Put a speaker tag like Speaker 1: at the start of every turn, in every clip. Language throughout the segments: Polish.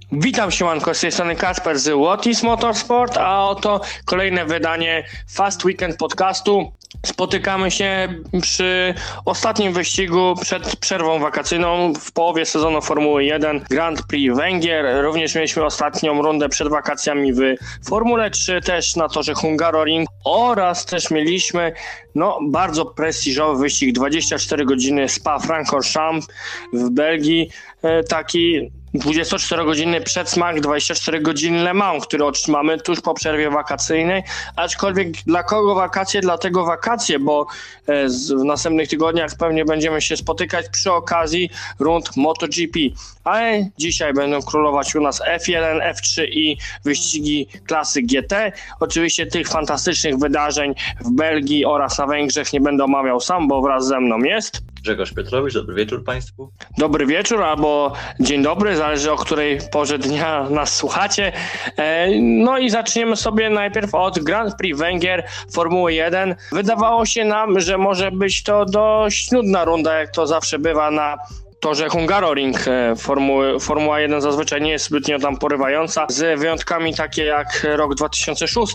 Speaker 1: Witam, siemanko, z tej strony Kasper z What is Motorsport, a oto kolejne wydanie Fast Weekend podcastu. Spotykamy się przy ostatnim wyścigu przed przerwą wakacyjną w połowie sezonu Formuły 1 Grand Prix Węgier. Również mieliśmy ostatnią rundę przed wakacjami w Formule 3, też na torze Hungaroring, oraz też mieliśmy bardzo prestiżowy wyścig 24 godziny Spa-Francorchamps w Belgii, taki 24-godzinny przedsmak 24 godzin Le Mans, który otrzymamy tuż po przerwie wakacyjnej, aczkolwiek dla kogo wakacje? Dlatego wakacje, bo w następnych tygodniach pewnie będziemy się spotykać przy okazji rund MotoGP, ale dzisiaj będą królować u nas F1, F3 i wyścigi klasy GT. Oczywiście tych fantastycznych wydarzeń w Belgii oraz na Węgrzech nie będę omawiał sam, bo wraz ze mną jest
Speaker 2: Grzegorz Piotrowicz. Dobry wieczór Państwu.
Speaker 1: Dobry wieczór albo dzień dobry, zależy o której porze dnia nas słuchacie. No i zaczniemy sobie najpierw od Grand Prix Węgier Formuły 1. Wydawało się nam, że może być to dość nudna runda, jak to zawsze bywa na torze Hungaroring. Formuła 1 zazwyczaj nie jest zbytnio tam porywająca, z wyjątkami takie jak rok 2006,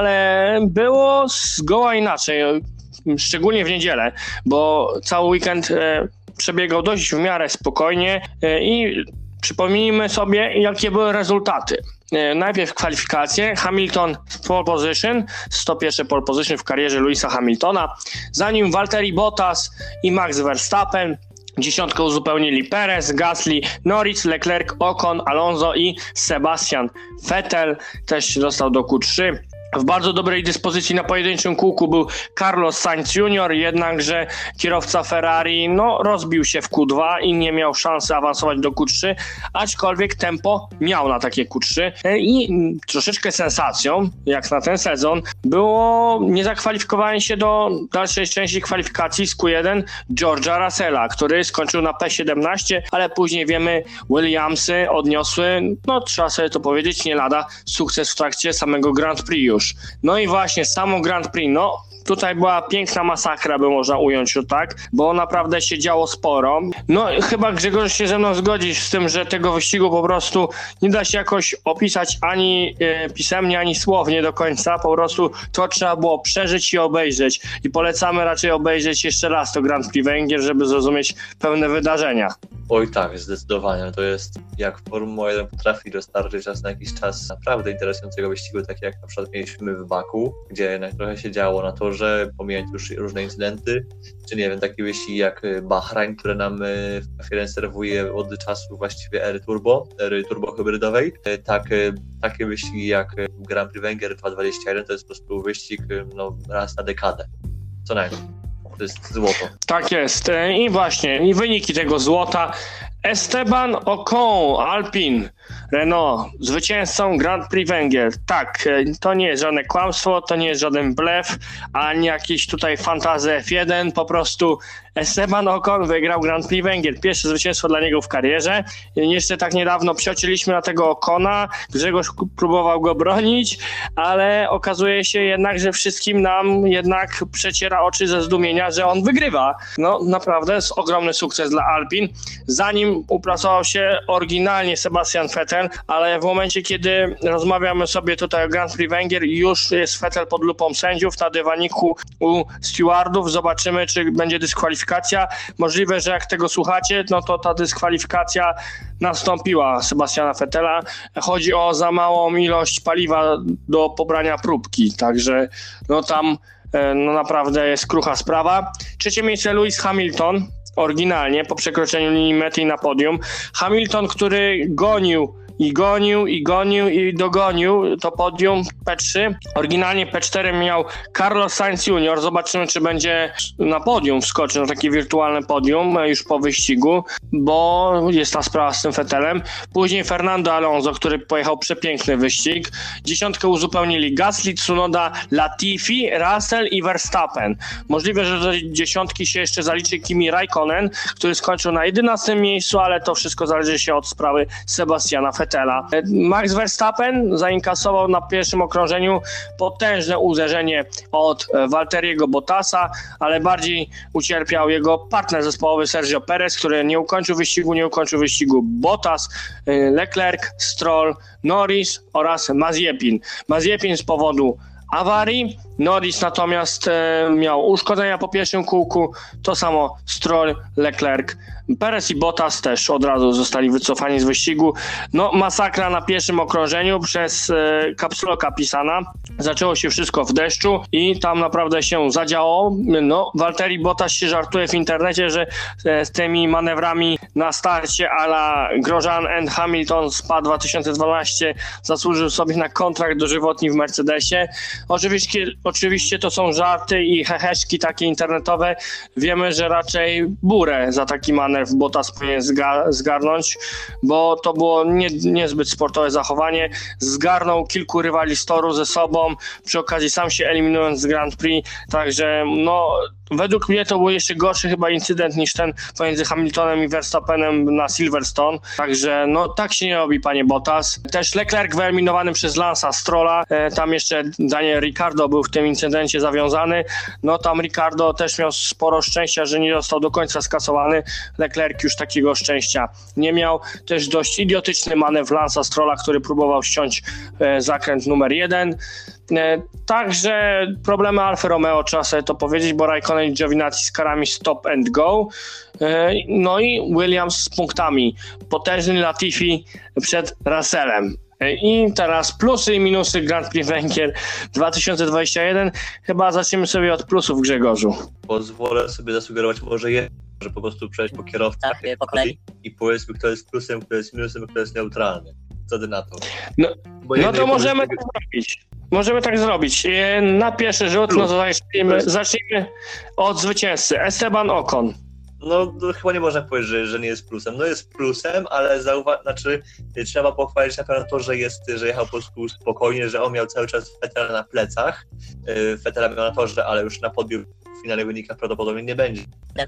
Speaker 1: ale było zgoła inaczej. Szczególnie w niedzielę, bo cały weekend przebiegał dość w miarę spokojnie i przypomnijmy sobie, jakie były rezultaty. Najpierw kwalifikacje, Hamilton pole position, 101 pole position w karierze Lewisa Hamiltona, za nim Valtteri Bottas i Max Verstappen. 10 uzupełnili Perez, Gasly, Norris, Leclerc, Ocon, Alonso i Sebastian Vettel też dostał do Q3. W bardzo dobrej dyspozycji na pojedynczym kółku był Carlos Sainz Jr., jednakże kierowca Ferrari rozbił się w Q2 i nie miał szansy awansować do Q3, aczkolwiek tempo miał na takie Q3 i troszeczkę sensacją, jak na ten sezon, było niezakwalifikowanie się do dalszej części kwalifikacji z Q1 George'a Russella, który skończył na P17, ale później wiemy, Williamsy odniosły, trzeba sobie to powiedzieć, nie lada sukces w trakcie samego Grand Prix już. No i właśnie samo Grand Prix, tutaj była piękna masakra, by można ująć to tak, bo naprawdę się działo sporo. Chyba Grzegorz się ze mną zgodzisz z tym, że tego wyścigu po prostu nie da się jakoś opisać ani pisemnie, ani słownie do końca. Po prostu to trzeba było przeżyć i obejrzeć. I polecamy raczej obejrzeć jeszcze raz to Grand Prix Węgier, żeby zrozumieć pewne wydarzenia.
Speaker 2: Oj tak, zdecydowanie. To jest, jak Formuła 1 potrafi dostarczyć raz na jakiś czas naprawdę interesującego wyścigu, tak jak na przykład mieliśmy w Baku, gdzie jednak trochę się działo na torze, pomijając już różne incydenty, czy nie wiem, taki wyścig jak Bahrain, który nam F1 serwuje od czasu właściwie ery turbo hybrydowej. Takie wyścigi jak Grand Prix Węgier 2021 to jest po prostu wyścig raz na dekadę, co najmniej. To jest złoto.
Speaker 1: Tak jest. I właśnie, i wyniki tego złota. Esteban Ocon, Alpine, Renault, zwycięzcą Grand Prix Węgier. Tak, to nie jest żadne kłamstwo, to nie jest żaden blef, ani jakiś tutaj fantazy F1, po prostu Esteban Ocon wygrał Grand Prix Węgier. Pierwsze zwycięstwo dla niego w karierze. Jeszcze tak niedawno przyocieliśmy na tego Ocona, Grzegorz próbował go bronić, ale okazuje się jednak, że wszystkim nam jednak przeciera oczy ze zdumienia, że on wygrywa. Naprawdę jest ogromny sukces dla Alpine. Zanim uplasował się oryginalnie Sebastian Vettel, ale w momencie, kiedy rozmawiamy sobie tutaj o Grand Prix Węgier, już jest Vettel pod lupą sędziów na dywaniku u stewardów. Zobaczymy, czy będzie dyskwalifikacja. Możliwe, że jak tego słuchacie, to ta dyskwalifikacja nastąpiła Sebastiana Vettela. Chodzi o za małą ilość paliwa do pobrania próbki, także tam naprawdę jest krucha sprawa. Trzecie miejsce Lewis Hamilton, oryginalnie po przekroczeniu linii mety i na podium. Hamilton, który gonił i dogonił to podium P3. Oryginalnie P4 miał Carlos Sainz Jr. Zobaczymy, czy będzie na podium wskoczył, na takie wirtualne podium już po wyścigu, bo jest ta sprawa z tym Vettelem. Później Fernando Alonso, który pojechał przepiękny wyścig. 10 uzupełnili Gasly, Tsunoda, Latifi, Russell i Verstappen. Możliwe, że do 10 się jeszcze zaliczy Kimi Raikkonen, który skończył na 11 miejscu, ale to wszystko zależy się od sprawy Sebastiana Vettela. Vettela. Max Verstappen zainkasował na pierwszym okrążeniu potężne uderzenie od Valtteriego Bottasa, ale bardziej ucierpiał jego partner zespołowy Sergio Perez, który nie ukończył wyścigu Bottas, Leclerc, Stroll, Norris oraz Mazepin. Mazepin z powodu awarii, Norris natomiast miał uszkodzenia po pierwszym kółku, to samo Stroll, Leclerc, Perez i Bottas też od razu zostali wycofani z wyścigu. No masakra na pierwszym okrążeniu przez caps locka pisana. Zaczęło się wszystko w deszczu i tam naprawdę się zadziało. No, Valtteri Bottas się żartuje w internecie, że z tymi manewrami na starcie a la Grosjean and Hamilton SPA 2012 zasłużył sobie na kontrakt dożywotni w Mercedesie. Oczywiście to są żarty i heheszki takie internetowe. Wiemy, że raczej burę za taki manewr Bottas powinien zgarnąć, bo to było niezbyt sportowe zachowanie. Zgarnął kilku rywali z toru ze sobą, przy okazji sam się eliminując z Grand Prix, także no według mnie to był jeszcze gorszy chyba incydent niż ten pomiędzy Hamiltonem i Verstappenem na Silverstone. Także no tak się nie robi, panie Bottas. Też Leclerc wyeliminowany przez Lance'a Strolla. Tam jeszcze Daniel Ricciardo był w tym incydencie zawiązany. No tam Ricciardo też miał sporo szczęścia, że nie został do końca skasowany. Leclerc już takiego szczęścia nie miał. Też dość idiotyczny manewr Lance'a Strolla, który próbował ściąć zakręt numer 1. Także problemy Alfa Romeo, trzeba sobie to powiedzieć, bo Raikkonen i Giovinazzi z karami stop and go. No i Williams z punktami. Potężny Latifi przed Russellem. I teraz plusy i minusy Grand Prix Węgier 2021. Chyba zaczniemy sobie od plusów, Grzegorzu.
Speaker 2: Pozwolę sobie zasugerować może że po prostu przejść po kierowcach
Speaker 3: po kolei
Speaker 2: i powiedzmy, kto jest plusem, kto jest minusem, kto jest neutralny. Co ty na to?
Speaker 1: No to możemy tak zrobić. Możemy tak zrobić. Na pierwszy rzut no to zacznijmy od zwycięzcy. Esteban Ocon.
Speaker 2: No chyba nie można powiedzieć, że nie jest plusem. No jest plusem, ale trzeba pochwalić na pewno to, że jechał po prostu spokojnie, że on miał cały czas Vettela na plecach. Vettela miał na torze, ale już na podium w finalnych wynikach prawdopodobnie nie będzie.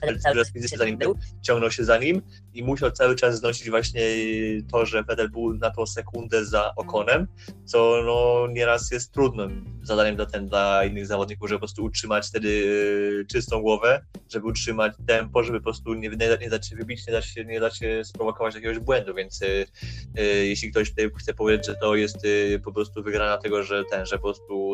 Speaker 2: Ciągnął się za nim i musiał cały czas znosić właśnie to, że Vettel był na tą sekundę za Oconem, co no nieraz jest trudnym zadaniem dla innych zawodników, żeby po prostu utrzymać wtedy czystą głowę, żeby utrzymać tempo, żeby po prostu nie dać się wybić, nie dać się sprowokować jakiegoś błędu, więc jeśli ktoś tutaj chce powiedzieć, że to jest po prostu wygrana tego, że po prostu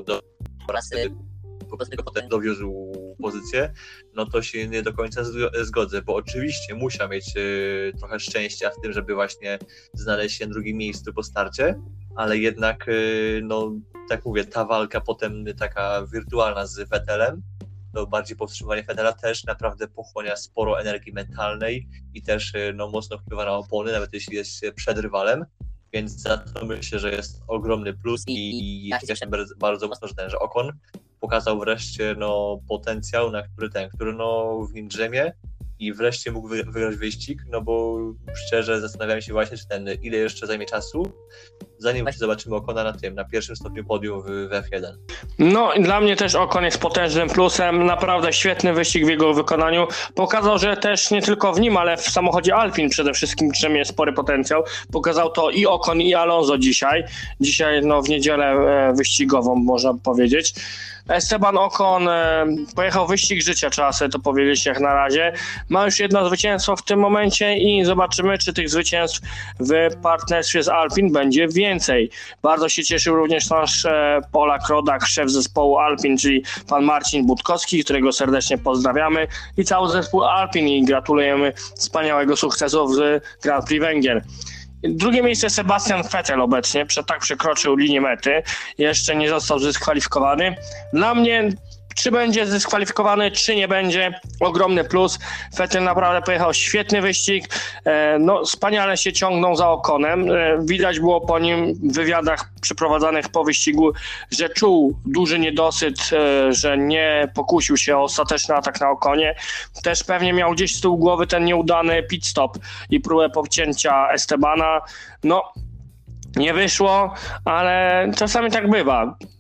Speaker 2: potem dowiózł pozycję, no to się nie do końca zgodzę, bo oczywiście musiał mieć trochę szczęścia w tym, żeby właśnie znaleźć się na drugim miejscu po starcie, ale jednak, no tak mówię, ta walka potem taka wirtualna z Vettelem, to bardziej powstrzymywanie Vettela też naprawdę pochłania sporo energii mentalnej i też no, mocno wpływa na opony, nawet jeśli jest przed rywalem, więc za to myślę, że jest ogromny plus i cieszę bardzo mocno, że Ocon pokazał wreszcie no, potencjał, który no, w nim drzemie i wreszcie mógł wygrać wyścig, no bo szczerze zastanawiam się właśnie, czy ile jeszcze zajmie czasu, zanim zobaczymy Ocona na pierwszym stopniu podium w F1.
Speaker 1: No i dla mnie też Ocon jest potężnym plusem, naprawdę świetny wyścig w jego wykonaniu. Pokazał, że też nie tylko w nim, ale w samochodzie Alpine przede wszystkim drzemie spory potencjał. Pokazał to i Ocon, i Alonso dzisiaj no, w niedzielę wyścigową można powiedzieć. Esteban Ocon pojechał wyścig życia, trzeba sobie to powiedzieć jak na razie. Ma już jedno zwycięstwo w tym momencie i zobaczymy, czy tych zwycięstw w partnerstwie z Alpine będzie więcej. Bardzo się cieszył również nasz Polak rodak, szef zespołu Alpine, czyli pan Marcin Budkowski, którego serdecznie pozdrawiamy i cały zespół Alpine i gratulujemy wspaniałego sukcesu w Grand Prix Węgier. Drugie miejsce Sebastian Vettel obecnie, przekroczył linię mety, jeszcze nie został zdyskwalifikowany. Dla mnie czy będzie zdyskwalifikowany, czy nie będzie, ogromny plus. Vettel naprawdę pojechał świetny wyścig, no wspaniale się ciągnął za Oconem. Widać było po nim w wywiadach przeprowadzanych po wyścigu, że czuł duży niedosyt, że nie pokusił się o ostateczny atak na Oconie. Też pewnie miał gdzieś z tyłu głowy ten nieudany pit stop i próbę podcięcia Estebana. No, nie wyszło, ale czasami tak bywa.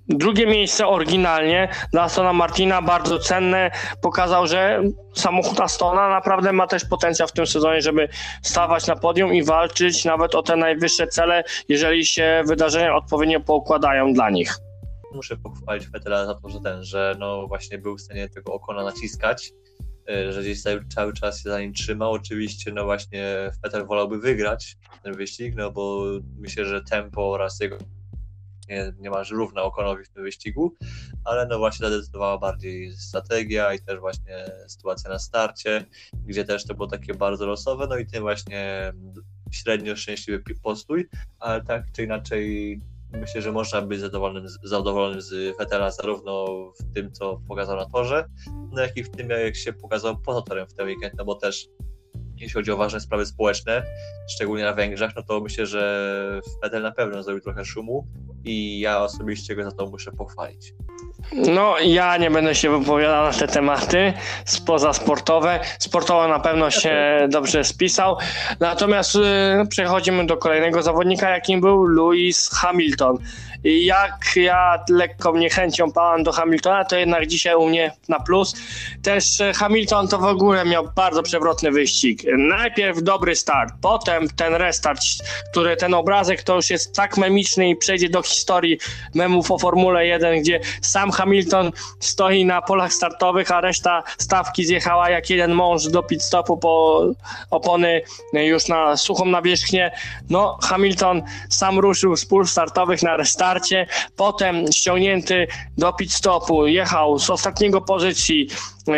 Speaker 1: Drugie miejsce oryginalnie dla Astona Martina, bardzo cenne. Pokazał, że samochód Astona naprawdę ma też potencjał w tym sezonie, żeby stawać na podium i walczyć nawet o te najwyższe cele, jeżeli się wydarzenia odpowiednio poukładają dla nich.
Speaker 2: Muszę pochwalić Vettela za to, że no właśnie był w stanie tego Ocona naciskać, że gdzieś cały czas się za nim trzymał. Oczywiście no właśnie Vettel wolałby wygrać ten wyścig, no bo myślę, że tempo oraz jego niemalże równa Oconowi w tym wyścigu, ale no właśnie zadecydowała bardziej strategia i też właśnie sytuacja na starcie, gdzie też to było takie bardzo losowe, no i tym właśnie średnio szczęśliwy postój, ale tak czy inaczej myślę, że można być zadowolonym z Vettela zarówno w tym, co pokazał na torze, no jak i w tym, jak się pokazał poza torem w ten weekend, no bo też jeśli chodzi o ważne sprawy społeczne, szczególnie na Węgrzech, no to myślę, że Vettel na pewno zrobił trochę szumu i ja osobiście go za to muszę pochwalić.
Speaker 1: No, ja nie będę się wypowiadał na te tematy pozasportowe. Sportowo na pewno się dobrze spisał. Natomiast przechodzimy do kolejnego zawodnika, jakim był Lewis Hamilton. I jak ja lekką niechęcią pałam do Hamiltona, to jednak dzisiaj u mnie na plus. Też Hamilton to w ogóle miał bardzo przewrotny wyścig. Najpierw dobry start, potem ten restart, który ten obrazek to już jest tak memiczny i przejdzie do historii memów o Formule 1, gdzie sam Hamilton stoi na polach startowych, a reszta stawki zjechała jak jeden mąż do pit stopu po opony już na suchą nawierzchnię. No, Hamilton sam ruszył z pól startowych na restarcie, potem ściągnięty do pit stopu, jechał z ostatniego pozycji,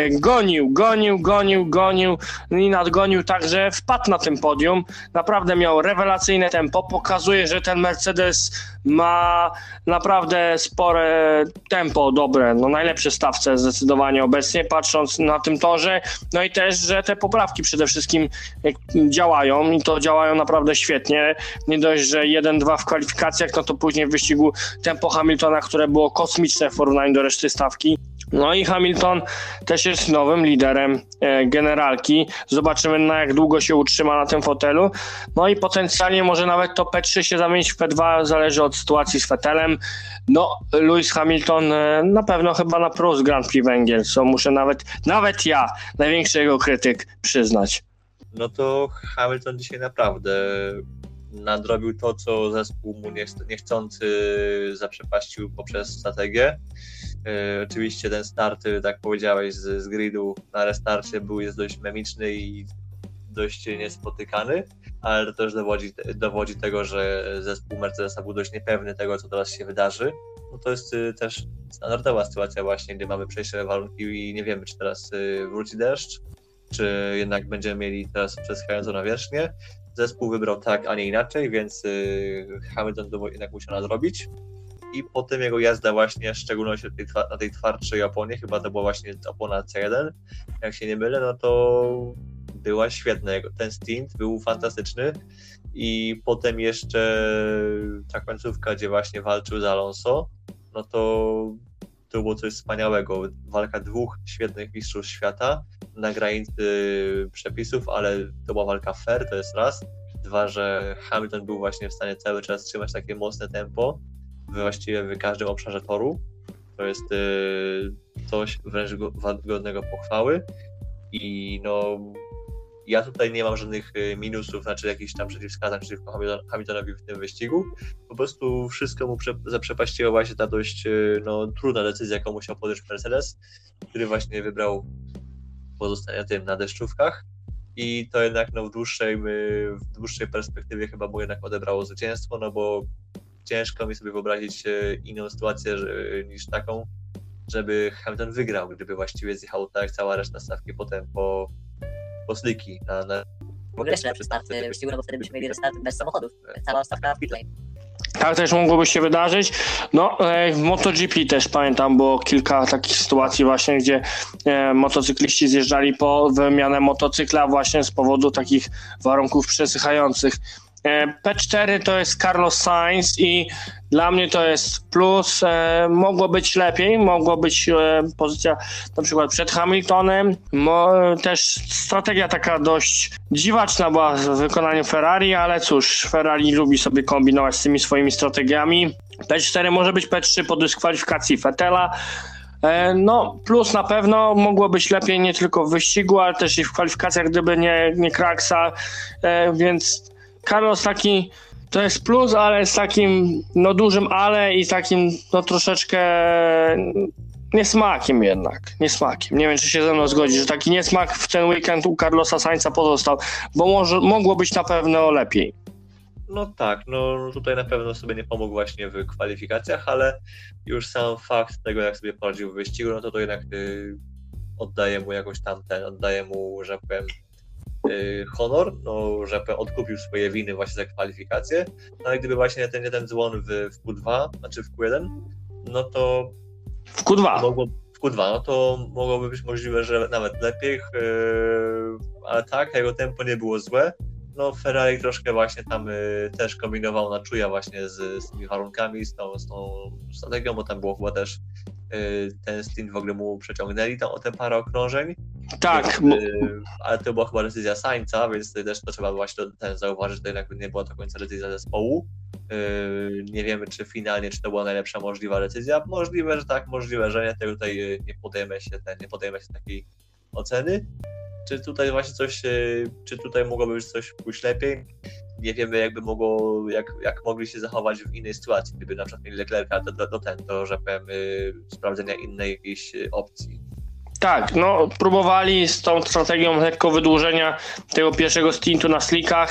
Speaker 1: gonił i nadgonił tak, że wpadł na tym podium. Naprawdę miał rewelacyjne tempo. Pokazuje, że ten Mercedes ma naprawdę spore tempo dobre. No najlepsze stawce zdecydowanie obecnie, patrząc na tym torze. No i też, że te poprawki przede wszystkim działają i to działają naprawdę świetnie. Nie dość, że 1-2 w kwalifikacjach, no to później w wyścigu tempo Hamiltona, które było kosmiczne w porównaniu do reszty stawki. No i Hamilton też jest nowym liderem generalki. Zobaczymy, na jak długo się utrzyma na tym fotelu. No i potencjalnie może nawet to P3 się zamienić w P2, zależy od sytuacji z Vettelem. No, Lewis Hamilton na pewno chyba na plus Grand Prix Węgier, co muszę nawet ja, największy jego krytyk, przyznać.
Speaker 2: No to Hamilton dzisiaj naprawdę nadrobił to, co zespół mu niechcący zaprzepaścił poprzez strategię. Oczywiście ten start, tak powiedziałeś, z gridu na restarcie jest dość memiczny i dość niespotykany, ale to też dowodzi tego, że zespół Mercedesa był dość niepewny tego, co teraz się wydarzy. No to jest też standardowa sytuacja właśnie, gdy mamy przejściowe warunki i nie wiemy, czy teraz wróci deszcz, czy jednak będziemy mieli teraz przeschającą nawierzchnię. Zespół wybrał tak, a nie inaczej, więc Hamilton to jednak musiał nadrobić. I potem jego jazda właśnie, w szczególności na tej twardszej oponie, chyba to była właśnie opona C1, jak się nie mylę, no to była świetna. Ten stint był fantastyczny i potem jeszcze ta końcówka, gdzie właśnie walczył z Alonso, no to było coś wspaniałego. Walka dwóch świetnych mistrzów świata na granicy przepisów, ale to była walka fair, to jest raz. Dwa, że Hamilton był właśnie w stanie cały czas trzymać takie mocne tempo właściwie w każdym obszarze toru. To jest coś wręcz godnego pochwały i no ja tutaj nie mam żadnych minusów, znaczy jakichś tam przeciwwskazań przeciwko Hamiltonowi w tym wyścigu. Po prostu wszystko mu zaprzepaściła właśnie ta dość trudna decyzja, jaką musiał podjąć Mercedes, który właśnie wybrał pozostanie tym na deszczówkach i to jednak w dłuższej perspektywie chyba mu jednak odebrało zwycięstwo, no bo ciężko mi sobie wyobrazić inną sytuację niż taką, żeby Hamilton wygrał, gdyby właściwie zjechał tak jak cała reszta stawki potem po sliki.
Speaker 3: W ogóle jeszcze lepszy start wyścigu, no bo wtedy byśmy mieli restart bez samochodów. Cała stawka w pitlane.
Speaker 1: Tak też mogłoby się wydarzyć. No, w MotoGP też pamiętam, było kilka takich sytuacji właśnie, gdzie motocykliści zjeżdżali po wymianę motocykla właśnie z powodu takich warunków przesychających. P4 to jest Carlos Sainz i dla mnie to jest plus. Mogło być lepiej, mogło być pozycja na przykład przed Hamiltonem. Też strategia taka dość dziwaczna była w wykonaniu Ferrari, ale cóż, Ferrari lubi sobie kombinować z tymi swoimi strategiami. P4 może być P3 po dyskwalifikacji Vettela. No plus na pewno mogło być lepiej nie tylko w wyścigu, ale też i w kwalifikacjach, gdyby nie Kraxa, więc Carlos taki to jest plus, ale z takim no dużym ale i takim no troszeczkę niesmakiem jednak, niesmakiem. Nie wiem, czy się ze mną zgodzi, że taki niesmak w ten weekend u Carlosa Sainza pozostał, bo mogło być na pewno lepiej.
Speaker 2: No tak, no tutaj na pewno sobie nie pomógł właśnie w kwalifikacjach, ale już sam fakt tego, jak sobie poradził w wyścigu, no to jednak oddaje mu jakoś oddaje mu, że powiem, honor, no, że odkupił swoje winy właśnie za kwalifikacje, no ale gdyby właśnie ten dzwon w Q2, znaczy w Q1, no to
Speaker 1: w Q2.
Speaker 2: W Q2, no to mogłoby być możliwe, że nawet lepiej, ale tak, jego tempo nie było złe. No Ferrari troszkę właśnie tam też kombinował na czuja właśnie z tymi warunkami, z tą strategią, bo tam było chyba też ten stint w ogóle mu przeciągnęli tam o te parę okrążeń.
Speaker 1: Tak.
Speaker 2: Więc, ale to była chyba decyzja Sainza, więc też to trzeba właśnie zauważyć, że to jednak nie była do końca decyzja zespołu. Nie wiemy, czy finalnie, czy to była najlepsza możliwa decyzja. Możliwe, że tak, możliwe, że nie. Tego tutaj nie podejmę się takiej oceny. Czy tutaj właśnie czy tutaj mogłoby być coś pójść lepiej? Nie wiemy, jakby mogło, jak mogli się zachować w innej sytuacji, gdyby na przykład mieli Leclerca do że powiem, sprawdzenia innej jakiejś opcji.
Speaker 1: Tak, no próbowali z tą strategią lekko wydłużenia tego pierwszego stintu na slickach.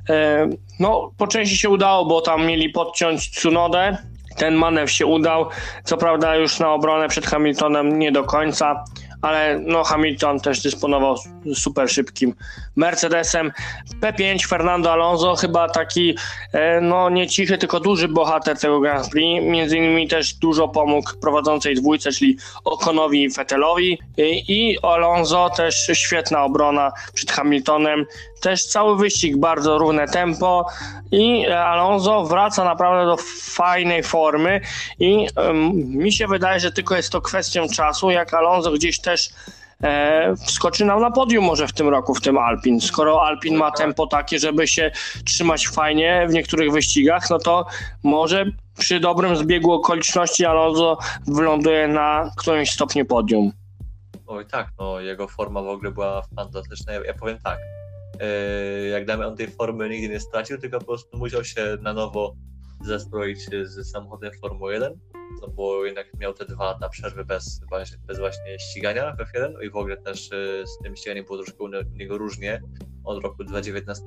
Speaker 1: No po części się udało, bo tam mieli podciąć Tsunodę. Ten manewr się udał. Co prawda już na obronę przed Hamiltonem nie do końca, ale no Hamilton też dysponował super szybkim Mercedesem. P5 Fernando Alonso, chyba taki no nie cichy, tylko duży bohater tego Grand Prix. Między innymi też dużo pomógł prowadzącej dwójce, czyli Oconowi i Vettelowi. I Alonso też świetna obrona przed Hamiltonem. Też cały wyścig, bardzo równe tempo i Alonso wraca naprawdę do fajnej formy i mi się wydaje, że tylko jest to kwestią czasu, jak Alonso gdzieś też wskoczy nam na podium może w tym roku w tym Alpin. Skoro Alpin ma tempo takie, żeby się trzymać fajnie w niektórych wyścigach, no to może przy dobrym zbiegu okoliczności Alonso wyląduje na którymś stopniu podium.
Speaker 2: Oj tak, no jego forma w ogóle była fantastyczna. Ja powiem tak, jak damy on tej formy nigdy nie stracił, tylko po prostu musiał się na nowo zestroić z samochodem Formuły 1, no bo jednak miał te 2 lata przerwy bez właśnie ścigania w F1 i w ogóle też z tym ściganiem było troszkę u niego różnie od roku 2019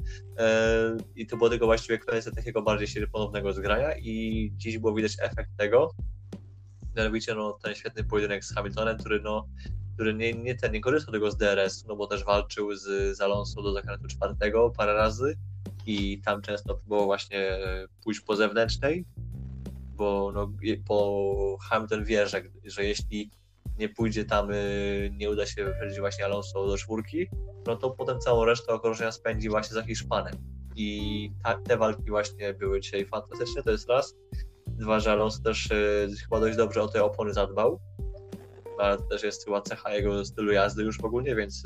Speaker 2: i to było tylko właściwie kwestia takiego bardziej ponownego zgrania i dziś było widać efekt tego, mianowicie no, ten świetny pojedynek z Hamiltonem, który nie korzystał tego z DRS, no bo też walczył z Alonso do zakrętu 4 parę razy i tam często próbował właśnie pójść po zewnętrznej, bo Hamilton wie, że jeśli nie pójdzie tam, nie uda się wyprzedzić właśnie Alonso do 4, no to potem całą resztę okrążenia spędzi właśnie za Hiszpanem. I te walki właśnie były dzisiaj fantastyczne, to jest raz. 2, że Alonso też chyba dość dobrze o te opony zadbał, ale to też jest chyba cecha jego stylu jazdy już ogólnie, więc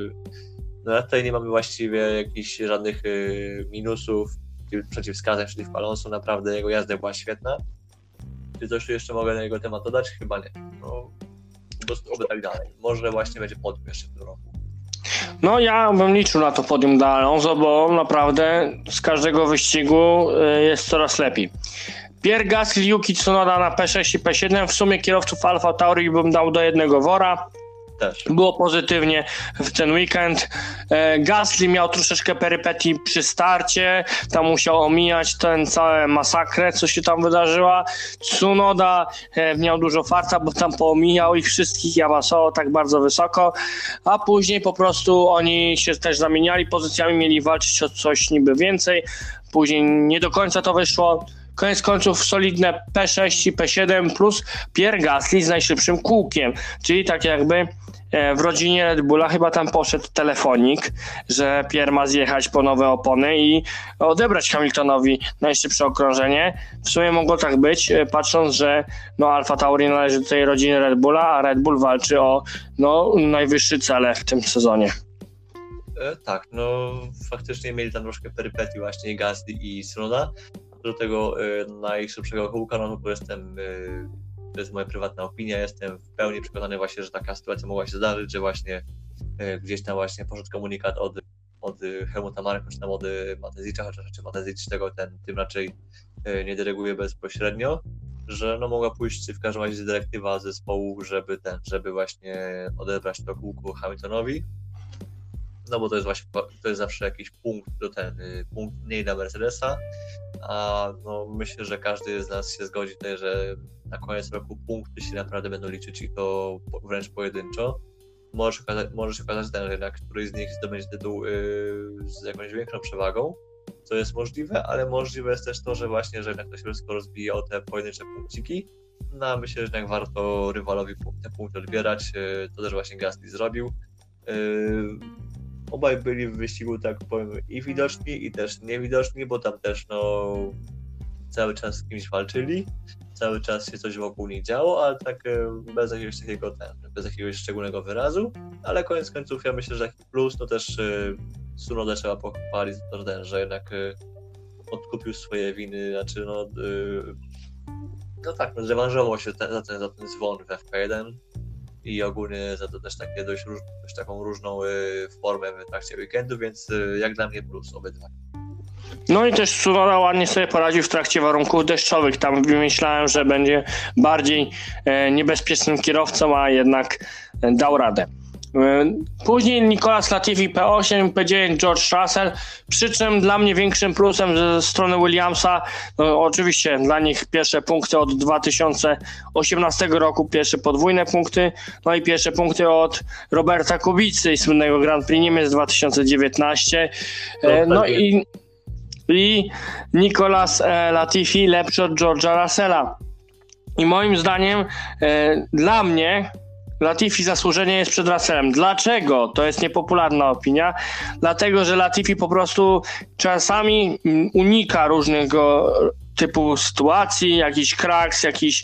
Speaker 2: no tutaj nie mamy właściwie jakichś żadnych minusów, przeciwwskazań przeciwko Alonso, naprawdę jego jazda była świetna. Czy coś tu jeszcze mogę na jego temat dodać? Chyba nie. No, po prostu oby tak dalej. Może właśnie będzie podium jeszcze w tym roku.
Speaker 1: No ja bym liczył na to podium dla Alonso, bo naprawdę z każdego wyścigu jest coraz lepiej. Pierre Gasly, Yuki Tsunoda na P6 i P7. W sumie kierowców Alfa Tauri bym dał do jednego wora.
Speaker 2: Też.
Speaker 1: Było pozytywnie w ten weekend. Gasly miał troszeczkę perypetii przy starcie. Tam musiał omijać tę całą masakrę, co się tam wydarzyła. Tsunoda miał dużo farta, bo tam poomijał ich wszystkich i awansował tak bardzo wysoko. A później po prostu oni się też zamieniali pozycjami, mieli walczyć o coś niby więcej. Później nie do końca to wyszło. Koniec końców solidne P6 i P7 plus Pierre Gasly z najszybszym kółkiem, czyli tak jakby w rodzinie Red Bulla chyba tam poszedł telefonik, że Pierre ma zjechać po nowe opony i odebrać Hamiltonowi najszybsze okrążenie. W sumie mogło tak być, patrząc, że Alfa Tauri należy do tej rodziny Red Bulla, a Red Bull walczy o najwyższy cel w tym sezonie.
Speaker 2: Tak, no faktycznie mieli tam troszkę perypetii właśnie Gasly i Tsunoda. Do tego najszybszego kółka, no to to jest moja prywatna opinia, jestem w pełni przekonany właśnie, że taka sytuacja mogła się zdarzyć, że właśnie gdzieś tam właśnie poszedł komunikat od Helmuta Marko, czy tam od Matezicza, chociaż Matezicz tym raczej nie dyryguje bezpośrednio, że no mogła pójść w każdym razie dyrektywa zespołu, żeby właśnie odebrać to kółko Hamiltonowi, no bo to jest zawsze jakiś punkt punkt mniej dla Mercedesa, a no myślę, że każdy z nas się zgodzi tutaj, że na koniec roku punkty się naprawdę będą liczyć i to wręcz pojedynczo. Może się okazać, że jednak któryś z nich zdobędzie tytuł z jakąś większą przewagą, co jest możliwe, ale możliwe jest też to, że właśnie, że jednak to się wszystko rozbije o te pojedyncze punkciki. No a myślę, że jednak warto rywalowi te punkty odbierać. To też właśnie Gasly zrobił. Obaj byli w wyścigu, tak powiem, i widoczni, i też niewidoczni, bo tam też cały czas z kimś walczyli, cały czas się coś wokół nich działo, ale tak bez jakiegoś szczególnego wyrazu, ale koniec końców ja myślę, że taki plus, no też Tsunodę trzeba pochwalić za to, że jednak odkupił swoje winy, znaczy zrewanżował się za ten dzwon w FP1 i ogólnie za to też takie dość taką różną formę w trakcie weekendu, więc jak dla mnie plus obydwaj.
Speaker 1: No i też Tsunoda ładnie sobie poradził w trakcie warunków deszczowych. Tam myślałem, że będzie bardziej niebezpiecznym kierowcą, a jednak dał radę. Później Nicolas Latifi P8, P9 George Russell, przy czym dla mnie większym plusem ze strony Williamsa, no oczywiście dla nich pierwsze punkty od 2018 roku, pierwsze podwójne punkty, no i pierwsze punkty od Roberta Kubicy i słynnego Grand Prix Niemiec 2019. No i Nicolas Latifi lepszy od George'a Russella. I moim zdaniem, dla mnie Latifi zasłużenie jest przed Russellem. Dlaczego? To jest niepopularna opinia. Dlatego, że Latifi po prostu czasami unika różnego typu sytuacji, jakiś kraks, jakiś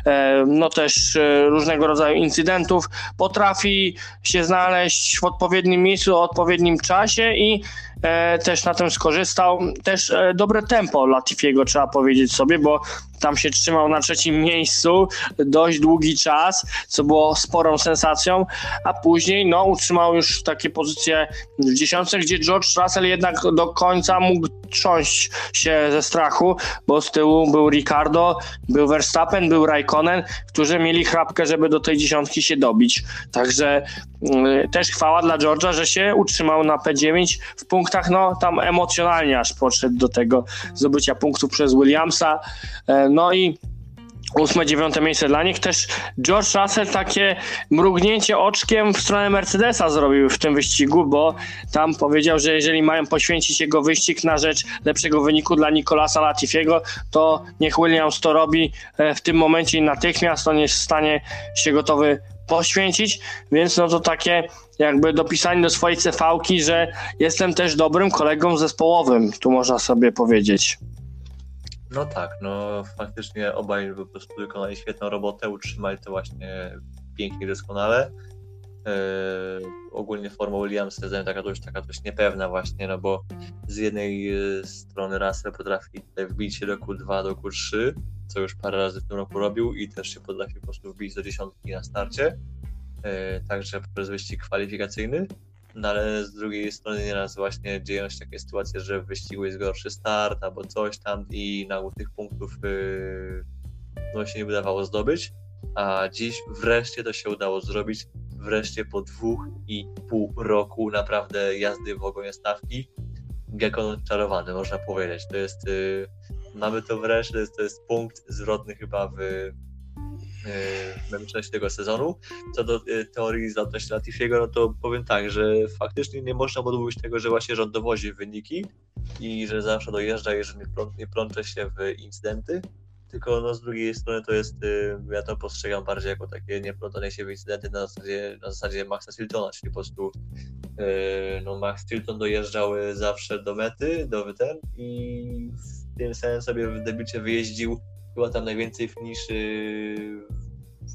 Speaker 1: też różnego rodzaju incydentów. Potrafi się znaleźć w odpowiednim miejscu, o odpowiednim czasie i też na tym skorzystał. Też dobre tempo Latifiego trzeba powiedzieć sobie, bo tam się trzymał na trzecim miejscu dość długi czas, co było sporą sensacją, a później utrzymał już takie pozycje w dziesiątce, gdzie George Russell jednak do końca mógł trząść się ze strachu, bo z tyłu był Ricardo, był Verstappen, był Raikkonen, którzy mieli chrapkę, żeby do tej dziesiątki się dobić. Także też chwała dla George'a, że się utrzymał na P9 w punktach, tam emocjonalnie aż podszedł do tego zdobycia punktów przez Williamsa. No i 8., 9. miejsce dla nich. Też George Russell takie mrugnięcie oczkiem w stronę Mercedesa zrobił w tym wyścigu, bo tam powiedział, że jeżeli mają poświęcić jego wyścig na rzecz lepszego wyniku dla Nicolasa Latifiego, to niech Williams to robi w tym momencie i natychmiast. On jest w stanie się gotowy poświęcić, więc to takie jakby dopisanie do swojej CV-ki, że jestem też dobrym kolegą zespołowym, tu można sobie powiedzieć.
Speaker 2: No tak, faktycznie obaj po prostu wykonali świetną robotę, utrzymali to właśnie pięknie, doskonale. Ogólnie forma Williamsa jest taka dość niepewna właśnie, bo z jednej strony Russell potrafi tutaj wbić się do Q2, do Q3, co już parę razy w tym roku robił i też się potrafi po prostu wbić do dziesiątki na starcie, także przez wyścig kwalifikacyjny. No ale z drugiej strony nieraz właśnie dzieją się takie sytuacje, że w wyścigu jest gorszy start albo coś tam i nagłych tych punktów się nie udawało zdobyć, a dziś wreszcie to się udało zrobić, wreszcie po 2,5 roku naprawdę jazdy w ogonie stawki, Gekon czarowany, można powiedzieć. To jest, mamy to wreszcie, to jest punkt zwrotny chyba w części tego sezonu. Co do teorii zlatności Latifiego, to powiem tak, że faktycznie nie można odmówić tego, że właśnie rząd dowozi wyniki i że zawsze dojeżdża, jeżeli nie plącze się w incydenty, tylko z drugiej strony to jest, ja to postrzegam bardziej jako takie nieplątanie się w incydenty na zasadzie Maxa Chiltona, czyli po prostu Max Chilton dojeżdżał zawsze do mety, i w tym samym sobie w debiucie wyjeździł chyba tam najwięcej finiszy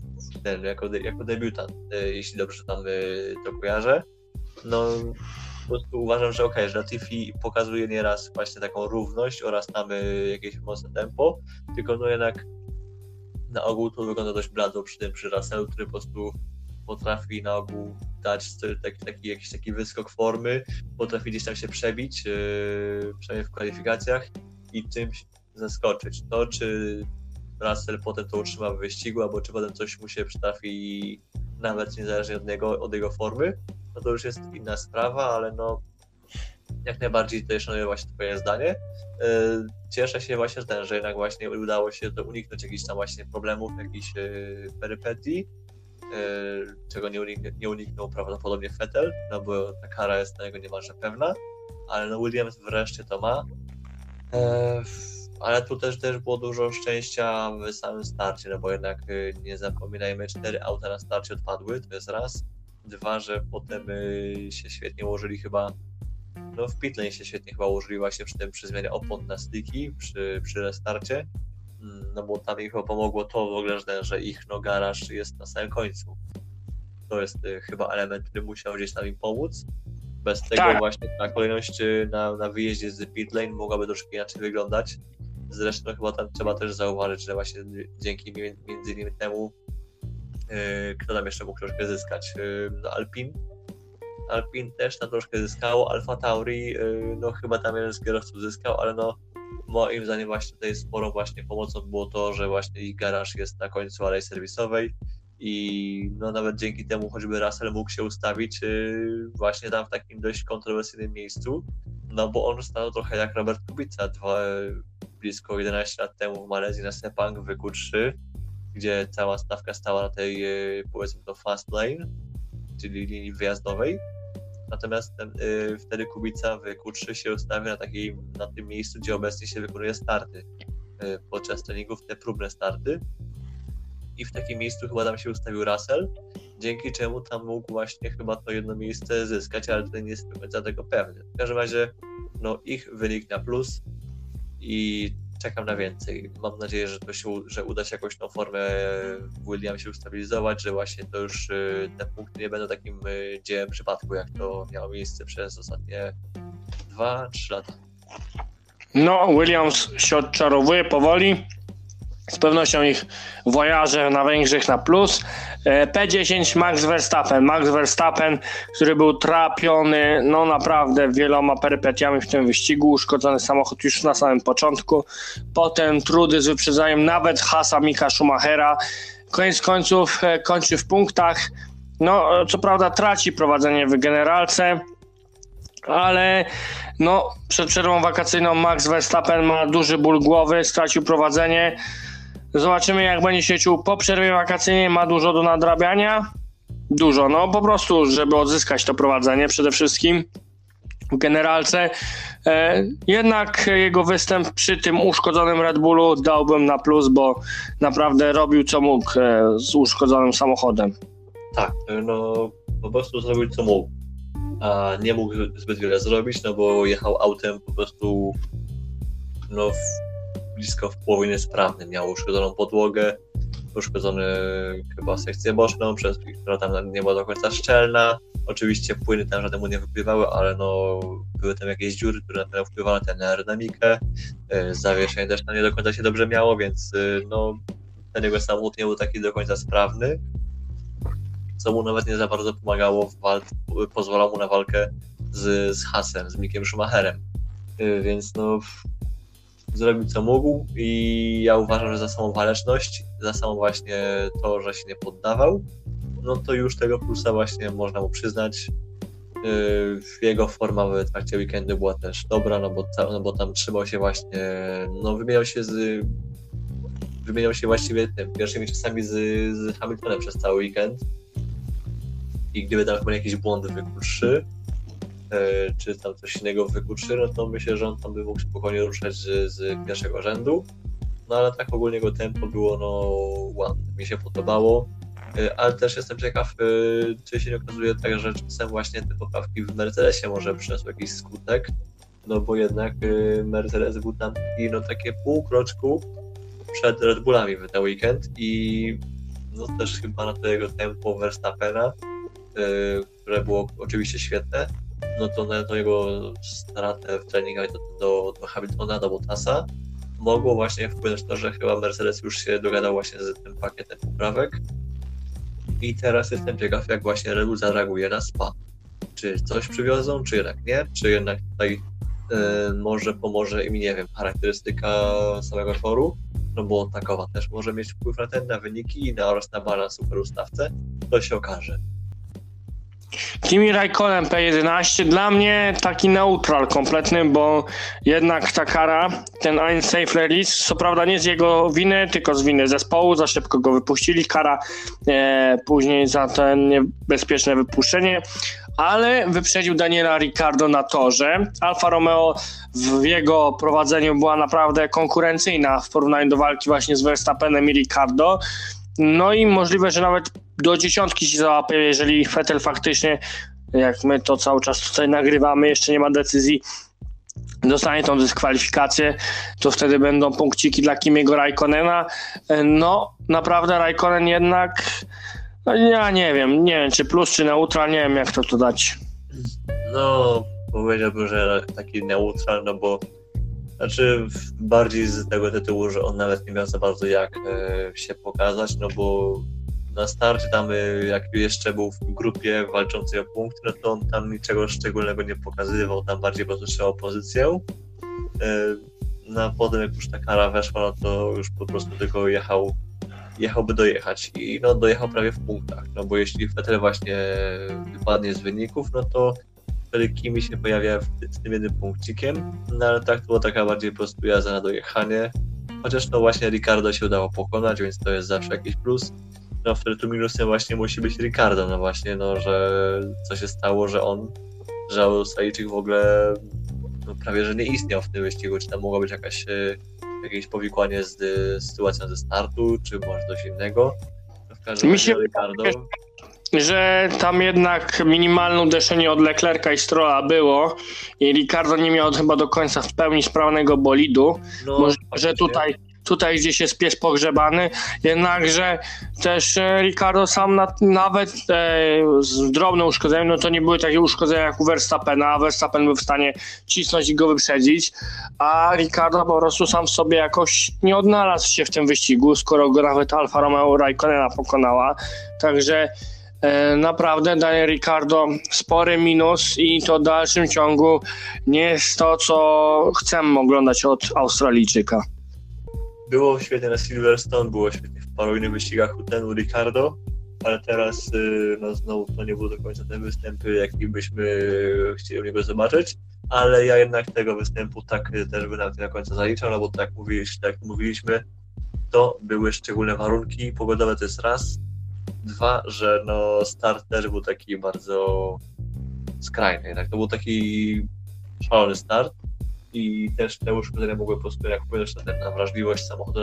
Speaker 2: jako debiutant, jeśli dobrze tam to kojarzę. prostu uważam, że że Latifi pokazuje nieraz właśnie taką równość oraz mamy jakieś mocne tempo, tylko no jednak na ogół to wygląda dość blado przy Russellu, który po prostu potrafi na ogół dać jakiś taki wyskok formy, potrafi gdzieś tam się przebić, przynajmniej w kwalifikacjach i czymś zaskoczyć. To, czy Russell potem to utrzyma w wyścigu, albo czy potem coś mu się przytrafi nawet niezależnie od jego formy, no to już jest inna sprawa, ale no jak najbardziej tutaj szanuję właśnie twoje zdanie. Cieszę się właśnie, że jednak właśnie udało się to uniknąć jakichś tam właśnie problemów, jakichś perypetii, czego nie uniknął prawdopodobnie Vettel, no bo ta kara jest na niego niemalże pewna, ale no Williams wreszcie to ma. Ale tu też było dużo szczęścia w samym starcie, no bo jednak nie zapominajmy, 4 auta na starcie odpadły, to jest raz. 2, że potem się świetnie ułożyli chyba, no w pitlane się świetnie chyba ułożyli właśnie przy zmianie opon na slicki, przy restarcie, no bo tam im chyba pomogło to w ogóle, że ich garaż jest na samym końcu. To jest chyba element, który musiał gdzieś tam im pomóc. Bez tego właśnie ta kolejność na wyjeździe z pitlane mogłaby troszkę inaczej wyglądać. Zresztą chyba tam trzeba też zauważyć, że właśnie dzięki między innymi temu kto tam jeszcze mógł troszkę zyskać. Alpine też tam troszkę zyskało, Alfa Tauri, no chyba tam jeden z kierowców zyskał, ale no moim zdaniem właśnie tutaj sporą właśnie pomocą było to, że właśnie ich garaż jest na końcu alei serwisowej i no nawet dzięki temu choćby Russell mógł się ustawić właśnie tam w takim dość kontrowersyjnym miejscu, no bo on stanął trochę jak Robert Kubica blisko 11 lat temu w Malezji na Sepang w WQ3, gdzie cała stawka stała na tej, powiedzmy to fast lane, czyli linii wyjazdowej. Natomiast wtedy Kubica w Q3 się ustawił na tym miejscu, gdzie obecnie się wykonuje starty podczas treningów, te próbne starty. I w takim miejscu chyba tam się ustawił Russell, dzięki czemu tam mógł właśnie chyba to jedno miejsce zyskać, ale tutaj nie jest do końca tego pewny. W każdym razie no, ich wynik na plus i czekam na więcej. Mam nadzieję, że uda się jakoś tą formę w Williamsie ustabilizować, że właśnie to już te punkty nie będą takim dziełem przypadku, jak to miało miejsce przez ostatnie 2-3 lata.
Speaker 1: No, Williams się odczarowuje powoli. Z pewnością ich wojaże na Węgrzech na plus. P10 Max Verstappen, który był trapiony no naprawdę wieloma perypetiami w tym wyścigu, uszkodzony samochód już na samym początku, potem trudy z wyprzedzeniem nawet Haasa Micka Schumachera, koniec końców kończy w punktach, no co prawda traci prowadzenie w generalce, ale no przed przerwą wakacyjną Max Verstappen ma duży ból głowy, stracił prowadzenie. Zobaczymy, jak będzie się czuł po przerwie wakacyjnej. Ma dużo do nadrabiania. Dużo, no po prostu, żeby odzyskać to prowadzenie przede wszystkim w generalce. Jednak jego występ przy tym uszkodzonym Red Bullu dałbym na plus, bo naprawdę robił co mógł z uszkodzonym samochodem.
Speaker 2: Tak, no po prostu zrobił co mógł. A nie mógł zbyt wiele zrobić, no bo jechał autem po prostu no blisko w połowie niesprawnym. Miał uszkodzoną podłogę, uszkodzony chyba sekcję boczną, która tam nie była do końca szczelna. Oczywiście płyny tam żadnemu nie wypływały, ale no były tam jakieś dziury, które na pewno wpływały na tę aerodynamikę. Zawieszenie też tam nie do końca się dobrze miało, więc no ten jego samochód nie był taki do końca sprawny, co mu nawet nie za bardzo pomagało pozwalało mu na walkę z Haasem, z Mickiem Schumacherem. Więc no zrobił co mógł i ja uważam, że za samą waleczność, za samo właśnie to, że się nie poddawał, no to już tego plusa właśnie można mu przyznać. Jego forma w trakcie weekendu była też dobra, no bo tam trzymał się właśnie, no wymieniał się właściwie pierwszymi czasami z Hamiltonem przez cały weekend i gdyby tam chyba jakieś błędy w WQ3, czy tam coś innego w WQ3, no to myślę, że on tam by mógł spokojnie ruszać z pierwszego rzędu, no ale tak ogólnie jego tempo było no ładne, mi się podobało, ale też jestem ciekaw, czy się nie okazuje tak, że czasem właśnie te poprawki w Mercedesie może przyniosły jakiś skutek, no bo jednak Mercedes był tam no takie pół kroczku przed Red Bullami w ten weekend i no też chyba na to jego tempo Verstappena, które było oczywiście świetne, no to na to jego stratę w treningach do Hamiltona, do Bottasa mogło właśnie wpłynąć to, że chyba Mercedes już się dogadał właśnie z tym pakietem poprawek. I teraz jestem ciekaw, jak właśnie Red Bull zareaguje na Spa. Czy coś przywiozą, czy jednak nie? Czy jednak tutaj może pomoże im, nie wiem, charakterystyka samego toru? No bo takowa też może mieć wpływ na wyniki oraz na balans super ustawce. To się okaże.
Speaker 1: Kimi Raikkonen P11 dla mnie taki neutral kompletny, bo jednak ta kara, ten unsafe release, co prawda nie z jego winy, tylko z winy zespołu, za szybko go wypuścili, kara później za to niebezpieczne wypuszczenie, ale wyprzedził Daniela Ricciardo na torze. Alfa Romeo w jego prowadzeniu była naprawdę konkurencyjna w porównaniu do walki właśnie z Verstappenem i Ricciardo. No i możliwe, że nawet do 10 się załapie, jeżeli Vettel faktycznie, jak my to cały czas tutaj nagrywamy, jeszcze nie ma decyzji, dostanie tą dyskwalifikację, to wtedy będą punkciki dla Kimiego Raikkonena. No naprawdę Raikkonen jednak, no ja nie wiem czy plus, czy neutral, nie wiem jak to dać.
Speaker 2: No powiedziałbym, że taki neutral, no bo znaczy bardziej z tego tytułu, że on nawet nie miał za bardzo jak się pokazać, no bo na starcie tam jak jeszcze był w grupie walczącej o punkty, no to on tam niczego szczególnego nie pokazywał, tam bardziej po prostu trzymał pozycję. No a potem jak już ta kara weszła, no to już po prostu tylko jechałby dojechać i no dojechał prawie w punktach, no bo jeśli Vettel właśnie wypadnie z wyników, no to wtedy Kimi się pojawia z tym jednym punkcikiem, no ale tak to była taka bardziej po prostu jazda na dojechanie, chociaż no właśnie Ricciardo się udało pokonać, więc to jest zawsze jakiś plus. No wtedy tu minusem właśnie musi być Ricciardo, no właśnie, no że co się stało, że Australijczyk w ogóle no, prawie że nie istniał w tym wyścigu, czy tam mogło być jakieś powikłanie z sytuacją ze startu, czy może coś innego. W każdym razie Ricciardo...
Speaker 1: że tam jednak minimalne uderzenie od Leclerca i Strolla było i Ricciardo nie miał chyba do końca w pełni sprawnego bolidu.
Speaker 2: No,
Speaker 1: może, że tutaj gdzieś jest pies pogrzebany, jednakże też Ricciardo sam nawet z drobnym uszkodzeniem, no to nie były takie uszkodzenia jak u Verstappena, a Verstappen był w stanie cisnąć i go wyprzedzić, a Ricciardo po prostu sam w sobie jakoś nie odnalazł się w tym wyścigu, skoro go nawet Alfa Romeo Raikkonena pokonała, także naprawdę Daniel Ricciardo spory minus i to w dalszym ciągu nie jest to, co chcemy oglądać od Australijczyka.
Speaker 2: Było świetnie na Silverstone, było świetnie w paru innych wyścigach u Ricciardo, ale teraz no znowu to nie był do końca ten występ, jaki byśmy chcieli u niego zobaczyć, ale ja jednak tego występu tak też bym na końca zaliczał, no bo tak jak mówiliśmy, to były szczególne warunki pogodowe, to jest raz. Dwa, że no start też był taki bardzo skrajny, tak? To był taki szalony start i też te uszkodzenia mogły po prostu jak wpłynąć na wrażliwość samochodu,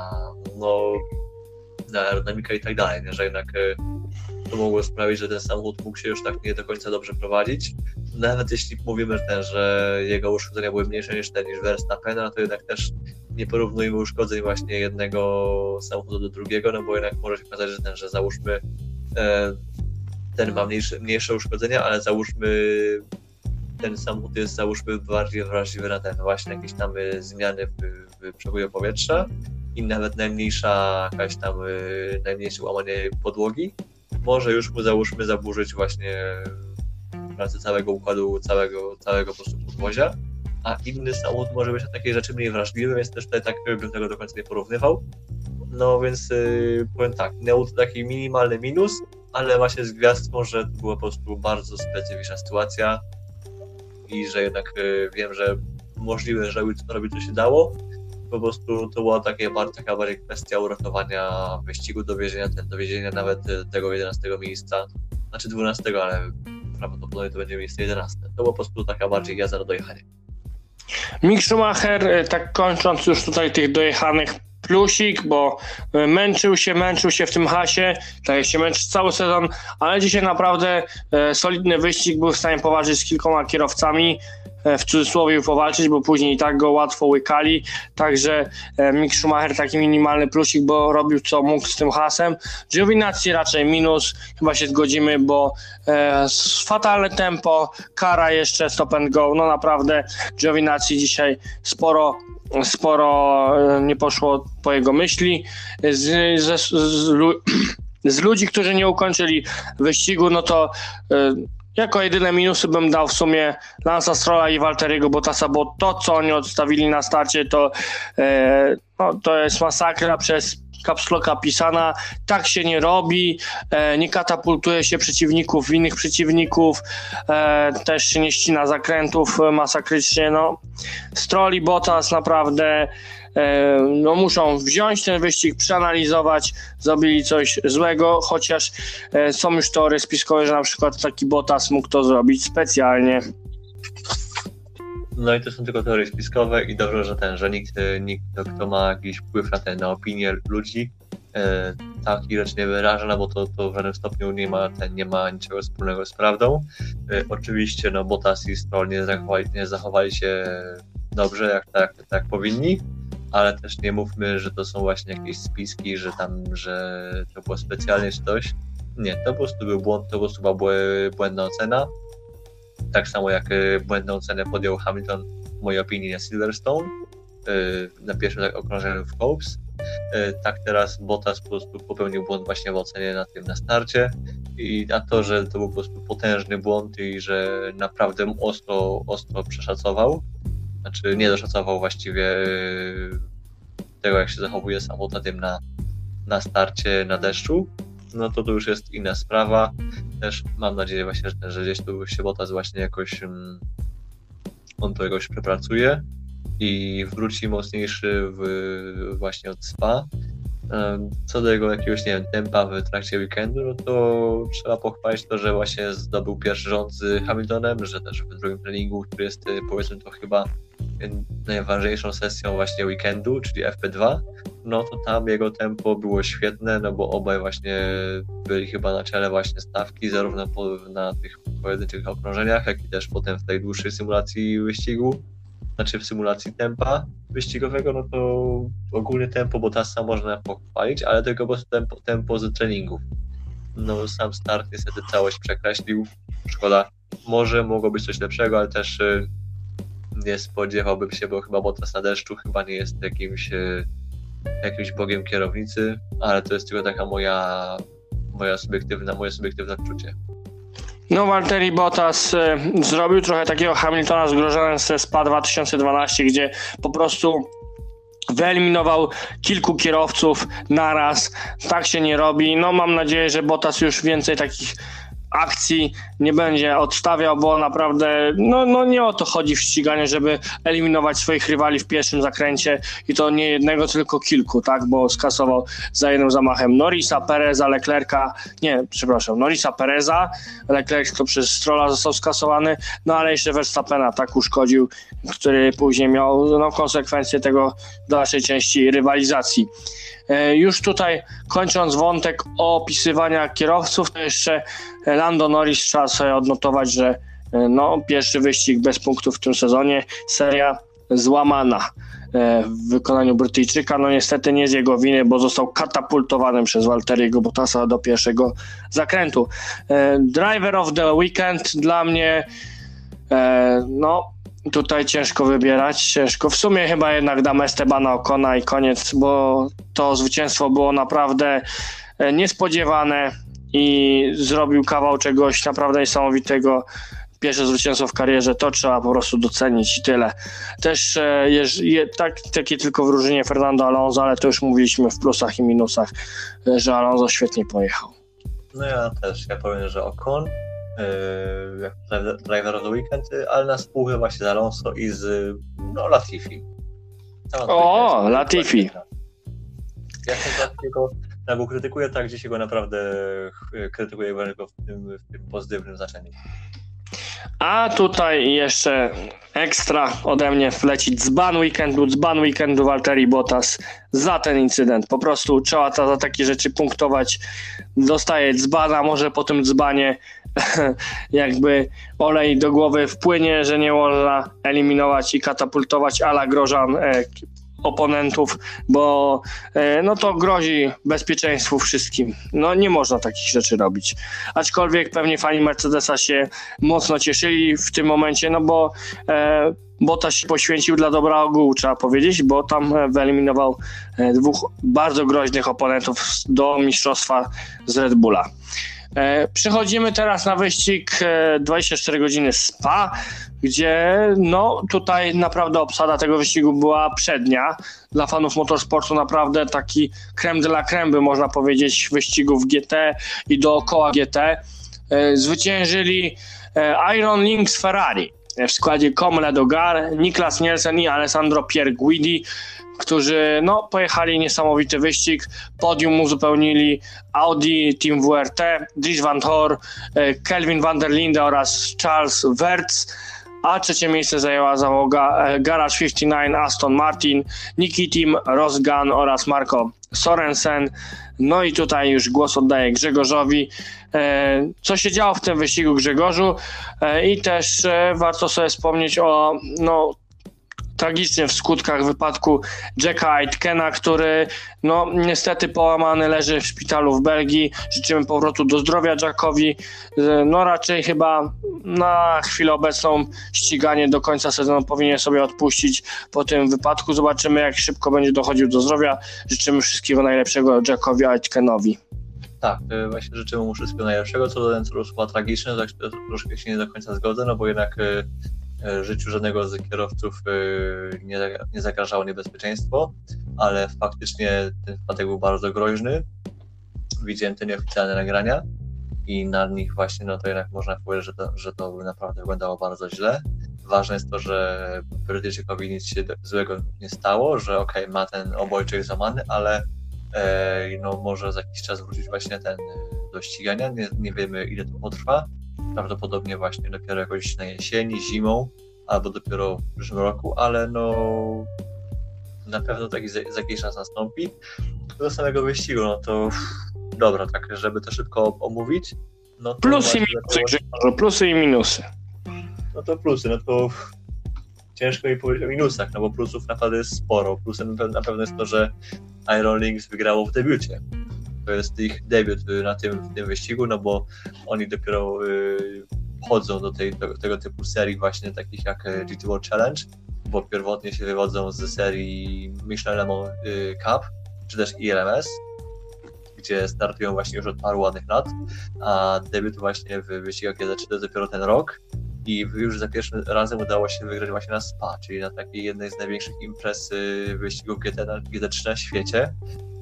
Speaker 2: na aerodynamikę i tak dalej, nie? Że jednak to mogło sprawić, że ten samochód mógł się już tak nie do końca dobrze prowadzić. Nawet jeśli mówimy że jego uszkodzenia były mniejsze niż Verstappena, to jednak też nie porównujmy uszkodzeń właśnie jednego samochodu do drugiego, no bo jednak może się okazać, że załóżmy ten ma mniejsze uszkodzenia, ale załóżmy ten samochód jest bardziej wrażliwy na ten właśnie jakieś tam zmiany w przepływie powietrza i nawet najmniejsze łamanie podłogi może już mu załóżmy zaburzyć właśnie pracę całego układu, całego po prostu podwozia, a inny samochód może być na takie rzeczy mniej wrażliwy, więc też tutaj tak bym tego do końca nie porównywał. No więc powiem tak, taki minimalny minus, ale właśnie z gwiazdką, że to była po prostu bardzo specyficzna sytuacja i że jednak wiem, że możliwe, że robić co się dało. Po prostu to była taka bardziej kwestia uratowania wyścigu, dowiezienia nawet tego 11 miejsca, znaczy 12, ale prawdopodobnie to będzie miejsce 11. To była po prostu taka bardziej jazda na dojechanie.
Speaker 1: Mick Schumacher, tak kończąc już tutaj tych dojechanych, plusik, bo męczył się w tym hasie, tak się męczy cały sezon, ale dzisiaj naprawdę solidny wyścig, był w stanie poważyć z kilkoma kierowcami. w cudzysłowie powalczyć, bo później i tak go łatwo łykali, także Mick Schumacher taki minimalny plusik, bo robił co mógł z tym hasem. Giovinazzi raczej minus, chyba się zgodzimy, bo fatalne tempo, kara jeszcze stop and go, no naprawdę Giovinazzi dzisiaj sporo nie poszło po jego myśli. Z ludzi, którzy nie ukończyli wyścigu, no to jako jedyne minusy bym dał w sumie Lance'a Strolla i Valtteriego Bottasa, bo to, co oni odstawili na starcie, to jest masakra przez caps locka pisana. Tak się nie robi, nie katapultuje się przeciwników w innych przeciwników, też się nie ścina zakrętów masakrycznie. Stroll i Bottas naprawdę muszą wziąć ten wyścig, przeanalizować, zrobili coś złego, chociaż są już teorie spiskowe, że na przykład taki Bottas mógł to zrobić specjalnie.
Speaker 2: No i to są tylko teorie spiskowe i dobrze, że nikt, kto ma jakiś wpływ na opinię ludzi, takich rzeczy nie wyraża, no bo to w żadnym stopniu nie ma niczego wspólnego z prawdą. Oczywiście Bottas i Stroll nie zachowali się dobrze, jak powinni, ale też nie mówmy, że to są właśnie jakieś spiski, że to było specjalnie czy coś. Nie, to po prostu był błąd, to po prostu była błędna ocena. Tak samo jak błędną ocenę podjął Hamilton, w mojej opinii, na Silverstone, na pierwszym okrążeniu w Copse. Tak teraz Bottas po prostu popełnił błąd właśnie w ocenie na starcie i na to, że to był po prostu potężny błąd i że naprawdę ostro przeszacował. Znaczy nie doszacował właściwie tego, jak się zachowuje samochód na starcie na deszczu, no to już jest inna sprawa. Też mam nadzieję właśnie, że gdzieś tu się Bottas właśnie jakoś on to jakoś przepracuje i wróci mocniejszy właśnie od Spa. Co do jego jakiegoś, nie wiem, tempa w trakcie weekendu, no to trzeba pochwalić to, że właśnie zdobył pierwszy rząd z Hamiltonem, że też w drugim treningu, który jest, powiedzmy, to chyba najważniejszą sesją właśnie weekendu, czyli FP2, no to tam jego tempo było świetne, no bo obaj właśnie byli chyba na czele właśnie stawki, zarówno na tych pojedynczych okrążeniach, jak i też potem w tej dłuższej symulacji wyścigu, znaczy w symulacji tempa wyścigowego, no to ogólnie tempo Bottasa można pochwalić, ale tylko po prostu tempo z treningów. No sam start niestety całość przekreślił, szkoda, może mogło być coś lepszego, ale też nie spodziewałbym się, bo chyba Bottas na deszczu chyba nie jest jakimś bogiem kierownicy, ale to jest tylko taka moje subiektywne odczucie.
Speaker 1: No Valtteri Bottas zrobił trochę takiego Hamiltona zgrożonego ze Spa 2012, gdzie po prostu wyeliminował kilku kierowców naraz. Tak się nie robi. No mam nadzieję, że Bottas już więcej takich akcji nie będzie odstawiał, bo naprawdę no nie o to chodzi w ściganiu, żeby eliminować swoich rywali w pierwszym zakręcie i to nie jednego, tylko kilku, tak, bo skasował za jednym zamachem Norrisa, Pereza, Leclerca, Norrisa, Pereza, Leclerc to przez Strolla został skasowany, no ale jeszcze Verstappena tak uszkodził, który później miał konsekwencje tego dalszej części rywalizacji. Już tutaj kończąc wątek opisywania kierowców, to jeszcze Lando Norris, trzeba sobie odnotować, że pierwszy wyścig bez punktów w tym sezonie, seria złamana w wykonaniu Brytyjczyka, niestety nie z jego winy, bo został katapultowany przez Valtteriego Bottasa do pierwszego zakrętu. Driver of the Weekend dla mnie tutaj ciężko wybierać, w sumie chyba jednak dam Estebana Ocona i koniec, bo to zwycięstwo było naprawdę niespodziewane i zrobił kawał czegoś naprawdę niesamowitego. Pierwsze zwycięstwo w karierze, to trzeba po prostu docenić i tyle. Też takie tylko wyróżnienie Fernando Alonso, ale to już mówiliśmy w plusach i minusach, że Alonso świetnie pojechał.
Speaker 2: No ja powiem, że Ocon jak driver of the weekend, ale na spółkę właśnie z Alonso i z Latifi.
Speaker 1: Latifi.
Speaker 2: Ja go krytykuję tak, gdzie się go naprawdę krytykuje w tym pozytywnym znaczeniu.
Speaker 1: A tutaj jeszcze ekstra ode mnie wleci dzban weekendu Valtteri Bottas za ten incydent. Po prostu trzeba za takie rzeczy punktować. Dostaje dzbana, może po tym dzbanie jakby olej do głowy wpłynie, że nie można eliminować i katapultować a la Grosjean oponentów, bo no to grozi bezpieczeństwu wszystkim. No nie można takich rzeczy robić. Aczkolwiek pewnie fani Mercedesa się mocno cieszyli w tym momencie, no bo Bottas się poświęcił dla dobra ogółu, trzeba powiedzieć, bo tam wyeliminował dwóch bardzo groźnych oponentów do mistrzostwa z Red Bulla. Przechodzimy teraz na wyścig 24 godziny Spa, gdzie no tutaj naprawdę obsada tego wyścigu była przednia. Dla fanów motorsportu naprawdę taki creme de la creme, by można powiedzieć, wyścigów GT i dookoła GT. Zwyciężyli Iron Lynx Ferrari w składzie Comme Dogar, Niklas Nielsen i Alessandro Pierguidi, którzy no, pojechali niesamowity wyścig. Podium uzupełnili Audi, Team WRT, Dries Van Thor, Kelvin van der Linde oraz Charles Wertz, a trzecie miejsce zajęła załoga Garage 59 Aston Martin, Niki Team, Ross Gunn oraz Marco Sorensen. No i tutaj już głos oddaję Grzegorzowi. Co się działo w tym wyścigu, Grzegorzu? I też warto sobie wspomnieć o tragicznym w skutkach wypadku Jacka Aitkena, który no niestety połamany leży w szpitalu w Belgii. Życzymy powrotu do zdrowia Jackowi. No raczej chyba na chwilę obecną ściganie do końca sezonu powinien sobie odpuścić po tym wypadku. Zobaczymy, jak szybko będzie dochodził do zdrowia. Życzymy wszystkiego najlepszego Jackowi Aitkenowi.
Speaker 2: Tak, właśnie życzymy mu wszystkiego najlepszego. Co do ten słowa tragiczny, tak troszkę się nie do końca zgodzę, no bo jednak życiu żadnego z kierowców nie zagrażało niebezpieczeństwo, ale faktycznie ten wypadek był bardzo groźny. Widziałem te nieoficjalne nagrania i na nich właśnie, no to jednak można powiedzieć, że to naprawdę wyglądało bardzo źle. Ważne jest to, że Brytyjczykowi nic się złego nie stało, że ma ten obojczyk złamany, ale no może za jakiś czas wrócić właśnie do ścigania. Nie wiemy, ile to potrwa. Prawdopodobnie właśnie dopiero jakoś na jesieni, zimą, albo dopiero w przyszłym roku, ale no na pewno tak za jakiś czas nastąpi. Do samego wyścigu, no to dobra, tak, żeby to szybko omówić. No to
Speaker 1: plusy i minusy, Grzegorzu, plusy i minusy.
Speaker 2: No to plusy, no to ciężko mi powiedzieć o minusach, no bo plusów naprawdę jest sporo. Plusem na pewno jest to, że Iron Lynx wygrało w debiucie. To jest ich debiut w tym wyścigu, no bo oni dopiero wchodzą do tego typu serii właśnie takich jak GT World Challenge, bo pierwotnie się wywodzą z serii Michelin Le Mans Cup, czy też ILMS, gdzie startują właśnie już od paru ładnych lat, a debiut właśnie w wyścigach GT3 to jest dopiero ten rok i już za pierwszym razem udało się wygrać właśnie na Spa, czyli na takiej jednej z największych imprez wyścigów GT3 na świecie.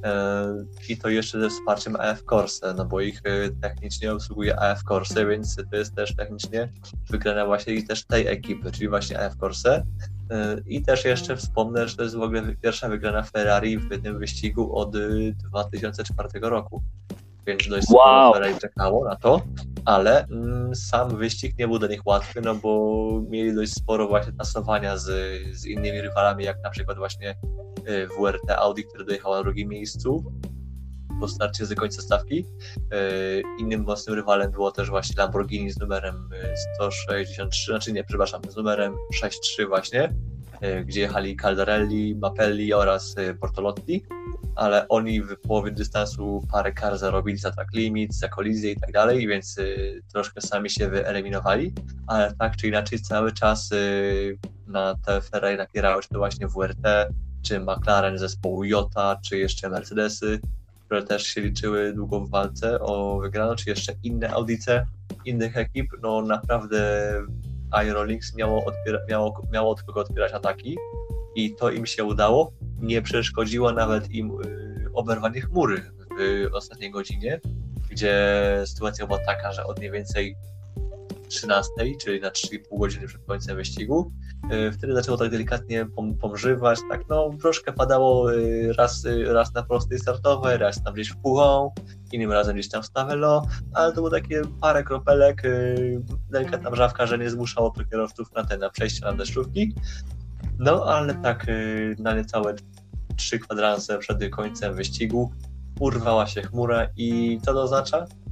Speaker 2: I to jeszcze ze wsparciem AF Corse, no bo ich technicznie obsługuje AF Corse, więc to jest też technicznie wygrana właśnie i też tej ekipy, czyli właśnie AF Corse. I też jeszcze wspomnę, że to jest w ogóle pierwsza wygrana Ferrari w tym wyścigu od 2004 roku. Więc dość sporo Ferrari czekało na to, ale sam wyścig nie był dla nich łatwy, no bo mieli dość sporo właśnie tasowania z innymi rywalami, jak na przykład właśnie WRT Audi, które dojechało na drugim miejscu po starcie z końca stawki. Innym mocnym rywalem było też właśnie Lamborghini z numerem 163, z numerem 63 właśnie, gdzie jechali Caldarelli, Mappelli oraz Bortolotti, ale oni w połowie dystansu parę kar zarobili za track limit, za kolizję i tak dalej, więc troszkę sami się wyeliminowali, ale tak czy inaczej cały czas na te Ferrari napierały, czy to właśnie WRT, czy McLaren zespołu Jota, czy jeszcze Mercedesy, które też się liczyły długo w walce o wygraną, czy jeszcze inne Audice innych ekip. No naprawdę Iron Lynx miało od kogo odpierać ataki i to im się udało. Nie przeszkodziło nawet im oberwanie chmury w ostatniej godzinie, gdzie sytuacja była taka, że od mniej więcej 13, czyli na 3,5 godziny przed końcem wyścigu. Wtedy zaczęło tak delikatnie pomrzywać, tak no troszkę padało raz na prostej startowej, raz tam gdzieś w Puchon, innym razem gdzieś tam w Stavelo, ale to było takie parę kropelek, delikatna mrzawka, że nie zmuszało to kierowców na przejście na deszczówki. No ale tak na niecałe 3 kwadranse przed końcem wyścigu urwała się chmura i co to oznacza?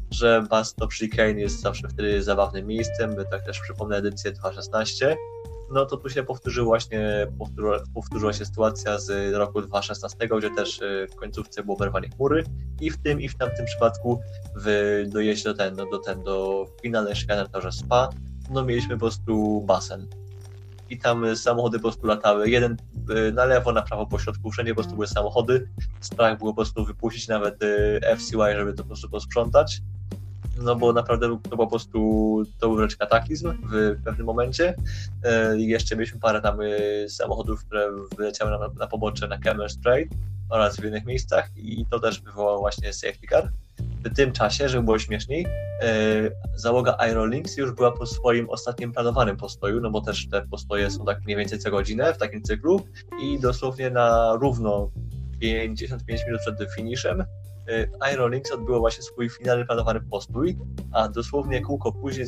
Speaker 2: że Bus Stop Chicane jest zawsze wtedy zabawnym miejscem, by tak też przypomnę edycję 2.16, no to tu się powtórzyła się sytuacja z roku 2016, gdzie też w końcówce było oberwanie chmury i w tym i w tamtym przypadku w dojeździe do finalnej szykany na torze Spa, no mieliśmy po prostu basen. I tam samochody po prostu latały, jeden na lewo, na prawo, po środku, wszędzie po prostu były samochody. Strach było po prostu wypuścić nawet FCY, żeby to po prostu posprzątać. No bo naprawdę to po prostu to był wręcz kataklizm w pewnym momencie. Jeszcze mieliśmy parę tam samochodów, które wyleciały na pobocze na Camel Strait oraz w innych miejscach i to też wywołało właśnie safety car. W tym czasie, żeby było śmieszniej, załoga Aerolinks już była po swoim ostatnim planowanym postoju, no bo też te postoje są tak mniej więcej co godzinę w takim cyklu i dosłownie na równo 55 minut przed finiszem Aerolinks odbyło właśnie swój finalny planowany postój, a dosłownie kółko później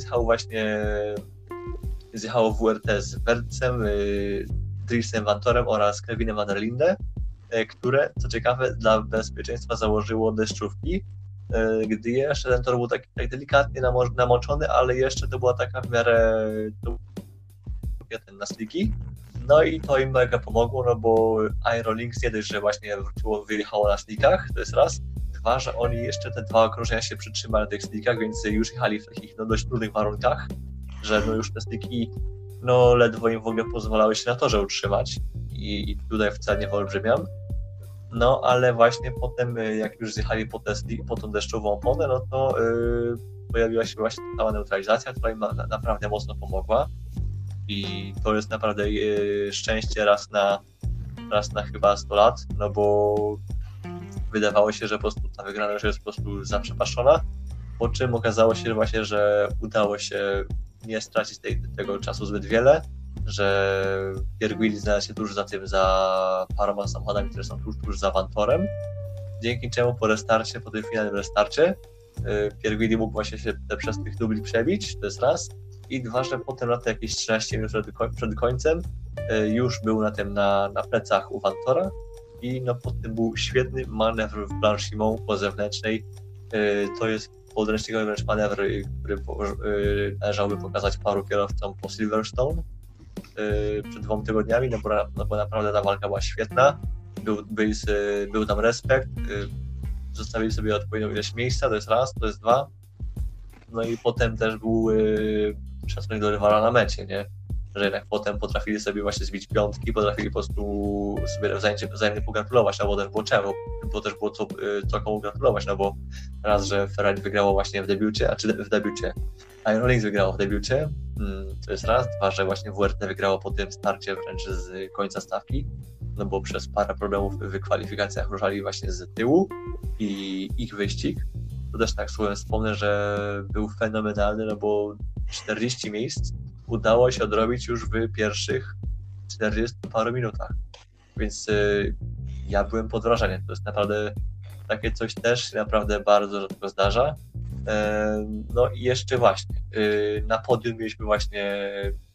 Speaker 2: zjechało WRT z Wertzem, Driesem Vantorem oraz Kevinem van der Linde, które, co ciekawe, dla bezpieczeństwa założyło deszczówki, gdy jeszcze ten tor był tak delikatnie namoczony, ale jeszcze to była taka w miarę na sliki. No i to im mega pomogło, no bo Aerolinks nie dość, że właśnie wyjechało na slikach, to jest raz. Dwa, że oni jeszcze te dwa okrążenia się przytrzymali na tych slikach, więc już jechali w takich dość trudnych warunkach, że już te sliki ledwo im w ogóle pozwalały się na torze utrzymać i tutaj wcale nie wyolbrzymiam. No ale właśnie potem, jak już zjechali po tą deszczową oponę, no to pojawiła się właśnie cała neutralizacja, która im naprawdę mocno pomogła. I to jest naprawdę szczęście raz na chyba 100 lat, no bo wydawało się, że po prostu ta wygrana już jest po prostu zaprzepaszczona, po czym okazało się właśnie, że udało się nie stracić tego czasu zbyt wiele, że Pierre Guidi znalazł się tuż za paroma samochodami, które są tuż za Vantorem, dzięki czemu po tym finalnym restarcie Pierre Guidi mógł właśnie się przez tych dubli przebić, to jest raz. I dwa, że potem na te jakieś 13 minut przed końcem już był na plecach u Vantora i potem był świetny manewr w Blanchimont po zewnętrznej. To jest podręcznikowy wręcz manewr, który należałoby pokazać paru kierowcom po Silverstone przed 2 tygodniami, no bo naprawdę ta walka była świetna. Był tam respekt, zostawili sobie odpowiednią ilość miejsca, to jest raz, to jest dwa. No i potem też był szacunek do rywala na mecie, nie? Że jednak potem potrafili sobie właśnie zbić piątki, potrafili po prostu sobie wzajemnie pogratulować, no bo też było czemu, bo też było co komu gratulować, no bo raz, że Ferrari wygrało właśnie w debiucie, Aerolinks wygrało w debiucie, to jest raz, dwa, że właśnie WRT wygrało po tym starcie wręcz z końca stawki, no bo przez parę problemów w kwalifikacjach ruszali właśnie z tyłu i ich wyścig. To też tak słowem wspomnę, że był fenomenalny, no bo 40 miejsc udało się odrobić już w pierwszych 40 paru minutach. Więc ja byłem pod wrażeniem. To jest naprawdę takie coś też naprawdę bardzo rzadko zdarza. No i jeszcze właśnie na podium mieliśmy właśnie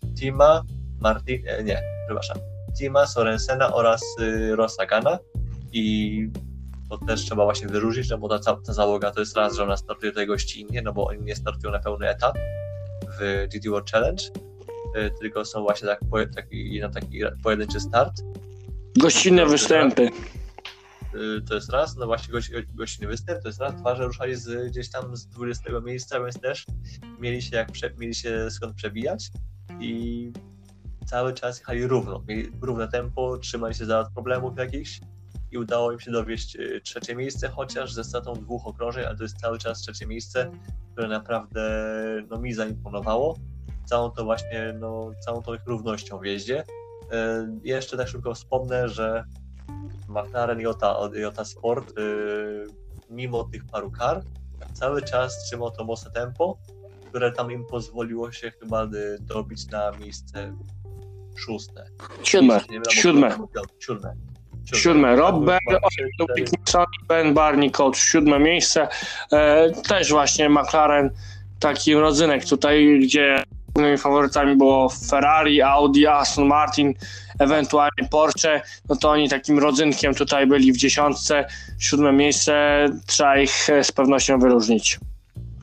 Speaker 2: Tima Sorensena oraz Rosagana i to też trzeba właśnie wyróżnić, no bo ta załoga to jest raz, że ona startuje tutaj gościnnie, no bo oni nie startują na pełny etat w GT World Challenge, tylko są właśnie taki pojedynczy start.
Speaker 1: Gościnne występy.
Speaker 2: To jest raz, no właśnie gościnny występ, to jest raz, dwa, że ruszali gdzieś tam z 20 miejsca, więc też mieli się skąd przebijać i cały czas jechali mieli równe tempo, trzymali się za problemów jakichś i udało im się dowieść 3. miejsce, chociaż ze stratą 2 okrążeń, ale to jest cały czas 3. miejsce, które naprawdę mi zaimponowało. Całą tą ich równością w jeździe. Jeszcze tak szybko wspomnę, że McLaren Jota Sport mimo tych paru kar cały czas trzymał to mocne tempo, które tam im pozwoliło się chyba dobić na miejsce 6.
Speaker 1: 7. Robert, Ben Barney Coach, 7. miejsce. Też właśnie McLaren, taki rodzynek tutaj, gdzie faworytami było Ferrari, Audi, Aston Martin, ewentualnie Porsche, no to oni takim rodzynkiem tutaj byli w 10. 7. miejsce, trzeba ich z pewnością wyróżnić.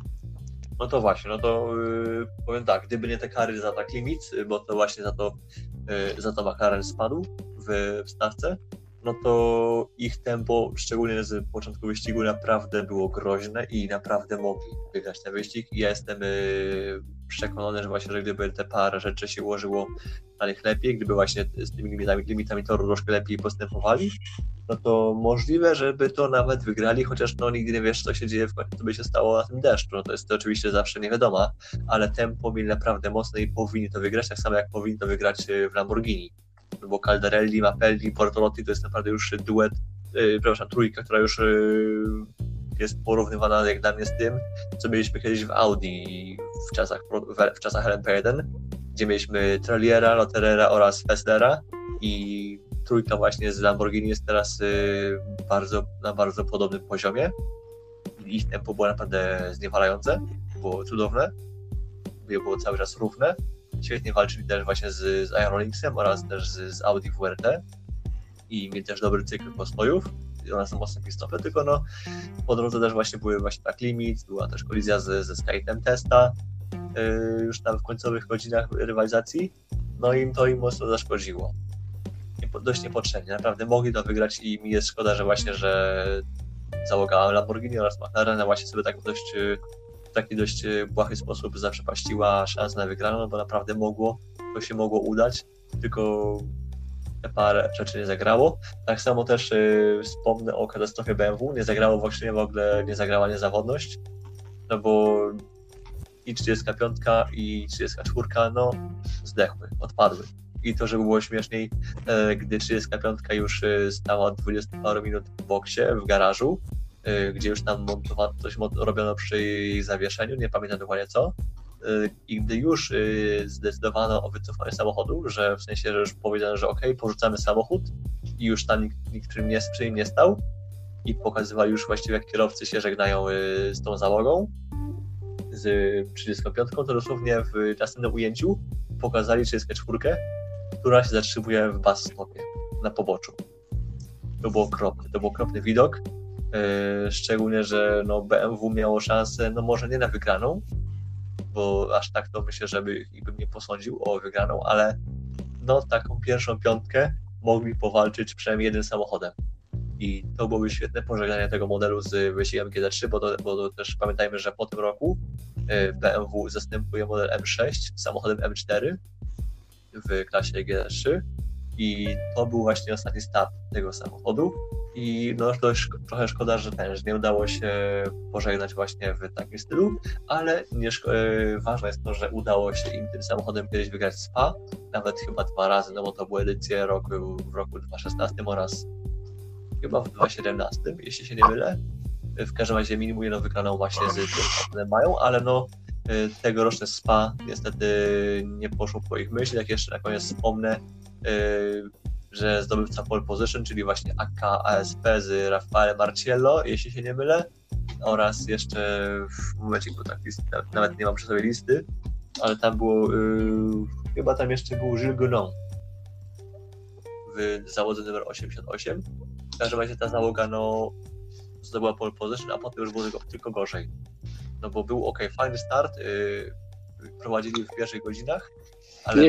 Speaker 2: No to właśnie, powiem tak, gdyby nie te kary za track limit, bo to właśnie za to McLaren spadł w stawce, no to ich tempo, szczególnie z początku wyścigu, naprawdę było groźne i naprawdę mogli wygrać ten wyścig. I ja jestem przekonany, że właśnie, że gdyby te parę rzeczy się ułożyło na nich lepiej, gdyby właśnie z tymi limitami toru troszkę lepiej postępowali, no to możliwe, żeby to nawet wygrali, chociaż no nigdy nie wiesz, co się dzieje w końcu, co by się stało na tym deszczu. No to jest to oczywiście zawsze nie wiadomo, ale tempo mieli naprawdę mocne i powinni to wygrać, tak samo jak powinni to wygrać w Lamborghini. No bo Caldarelli, Mappelli, Bortolotti to jest naprawdę już duet, trójka, która już jest porównywana jak dla mnie z tym, co mieliśmy kiedyś w Audi w czasach LMP1, gdzie mieliśmy Traliera, Lotterera oraz Fesslera i trójka właśnie z Lamborghini jest teraz na bardzo podobnym poziomie. Ich tempo było naprawdę zniewalające, było cudowne, było cały czas równe. Świetnie walczyli też właśnie z Ironixem oraz też z Audi WRT i mieli też dobry cykl postojów. One są mocno pistopy, tylko no po drodze też właśnie były właśnie tak limit, była też kolizja ze Skytem Testa już tam w końcowych godzinach rywalizacji, no im to mocno zaszkodziło. Dość niepotrzebnie, naprawdę mogli to wygrać i mi jest szkoda, że właśnie, że załoga Lamborghini oraz McLarena właśnie sobie tak w taki dość błahy sposób zaprzepaściła szansę na wygraną, bo naprawdę to się mogło udać, tylko parę rzeczy nie zagrało. Tak samo też wspomnę o katastrofie BMW, nie zagrała niezawodność, no bo i 35 i 34 no zdechły, odpadły. I to, żeby było śmieszniej, gdy 35 już stała od 20 paru minut w boksie, w garażu, gdzie już tam montowano, coś robiono przy jej zawieszeniu, nie pamiętam dokładnie co. I gdy już zdecydowano o wycofaniu samochodu, że w sensie, że już powiedziano, że okej, porzucamy samochód i już tam nikt przy nim nie stał i pokazywali już właściwie, jak kierowcy się żegnają z tą załogą, z 35, to dosłownie w następnym ujęciu pokazali 34, która się zatrzymuje w bus stopie na poboczu. To był okropny widok, szczególnie, że no BMW miało szansę, no może nie na wygraną, bo aż tak to myślę, że bym nie posądził o wygraną, ale no taką pierwszą piątkę mogli powalczyć przynajmniej jednym samochodem. I to byłoby świetne pożegnanie tego modelu z wyścigiem GT3, bo to też pamiętajmy, że po tym roku BMW zastępuje model M6 samochodem M4 w klasie GT3 i to był właśnie ostatni start tego samochodu i no trochę szkoda, że nie udało się pożegnać właśnie w takim stylu, ale ważne jest to, że udało się im tym samochodem kiedyś wygrać Spa, nawet chyba 2 razy, no bo to były edycje w roku 2016 oraz chyba w 2017, jeśli się nie mylę. W każdym razie minimum jedną wygraną właśnie z tym samochodem mają, ale no tegoroczne Spa niestety nie poszło po ich myśli. Jak jeszcze na koniec wspomnę, że zdobywca pole position, czyli właśnie AK ASP z Raffaele Marciello, jeśli się nie mylę, oraz jeszcze w momencie, bo tak nawet nie mam przy sobie listy, ale tam było chyba tam jeszcze był Gilles Gounon w załodze numer 88. W każdym razie ta załoga no zdobyła pole position, a potem już było tylko gorzej. No bo był fajny start, prowadzili w pierwszych godzinach, ale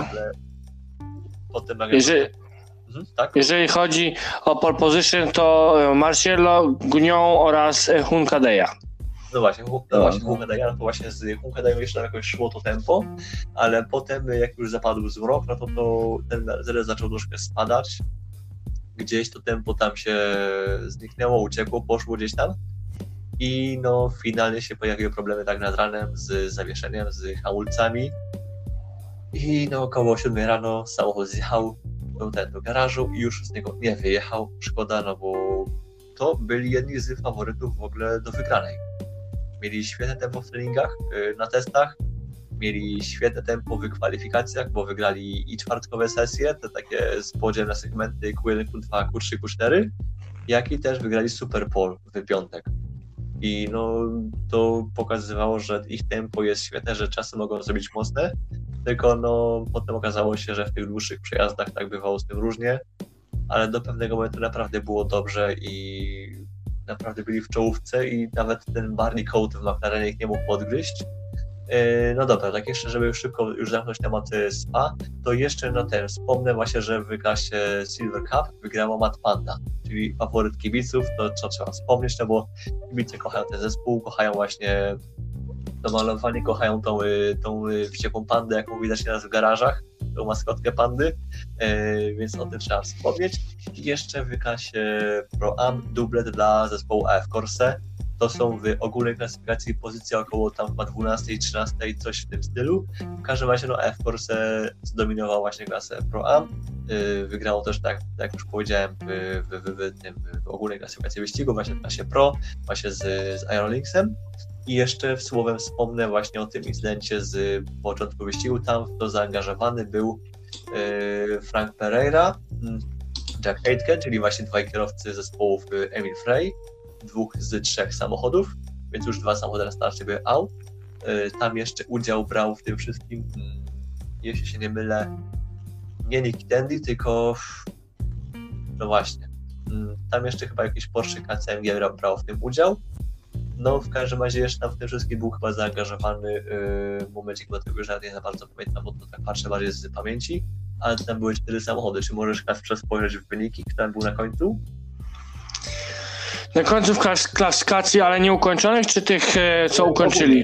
Speaker 2: potem tak?
Speaker 1: Jeżeli chodzi o pole position, to Marciello, Gugnon oraz Hunkadeja.
Speaker 2: No właśnie Hunkadeja, no to właśnie z Hunkadeją jeszcze tam jakoś szło to tempo, ale potem jak już zapadł zmrok, no to ten Mercedes zaczął troszkę spadać, gdzieś to tempo tam się zniknęło, uciekło, poszło gdzieś tam i no finalnie się pojawiły problemy tak nad ranem z zawieszeniem, z hamulcami i no około 7 rano samochód zjechał do garażu i już z niego nie wyjechał, szkoda, no bo to byli jedni z faworytów w ogóle do wygranej. Mieli świetne tempo w treningach, na testach, mieli świetne tempo w kwalifikacjach, bo wygrali i czwartkowe sesje, te takie z podziałem na segmenty Q1, Q2, Q3, Q4, jak i też wygrali Super Pole w piątek. I no to pokazywało, że ich tempo jest świetne, że czasy mogą zrobić mocne, tylko no potem okazało się, że w tych dłuższych przejazdach tak bywało z tym różnie, ale do pewnego momentu naprawdę było dobrze i naprawdę byli w czołówce i nawet ten Barney Coat w McLarenie ich nie mógł podgryźć. No dobra, tak jeszcze, żeby szybko już zamknąć temat SPA, to jeszcze wspomnę właśnie, że w klasie Silver Cup wygrał Matt Panda, czyli faworyt kibiców, to co trzeba wspomnieć, no bo kibice kochają ten zespół, kochają właśnie to malowanie, kochają tą wściekłą pandę, jaką widać teraz w garażach, tą maskotkę pandy, więc o tym trzeba wspomnieć. I jeszcze w klasie Pro Am dublet dla zespołu AF Corse. To są w ogólnej klasyfikacji pozycja około tam chyba 12, 13, coś w tym stylu. W każdym razie AF Corse zdominował właśnie klasę Pro Am. Wygrało też, tak jak już powiedziałem, w ogólnej klasyfikacji wyścigu, właśnie w klasie Pro, właśnie z Aerolinksem. I jeszcze słowem wspomnę właśnie o tym incydencie z początku wyścigu. Tam w to zaangażowany był Frank Pereira, Jack Aitken, czyli właśnie dwaj kierowcy zespołów Emil Frey, 2 z 3 samochodów, więc już 2 samochody na starcie były out. Tam jeszcze udział brał w tym wszystkim, jeśli się nie mylę, nie Nick Tandy, tylko no właśnie, tam jeszcze chyba jakiś Porsche KCMG brał w tym udział. No w każdym razie jeszcze tam w tym wszystkim był chyba zaangażowany momencik, bo tego już nie za bardzo pamiętam, bo to tak patrzę bardziej z pamięci, ale tam były 4 samochody. Czy możesz teraz spojrzeć w wyniki, kto tam był na końcu?
Speaker 1: Na końcu w klasyfikacji, ale nie ukończonych, czy tych, co ukończyli?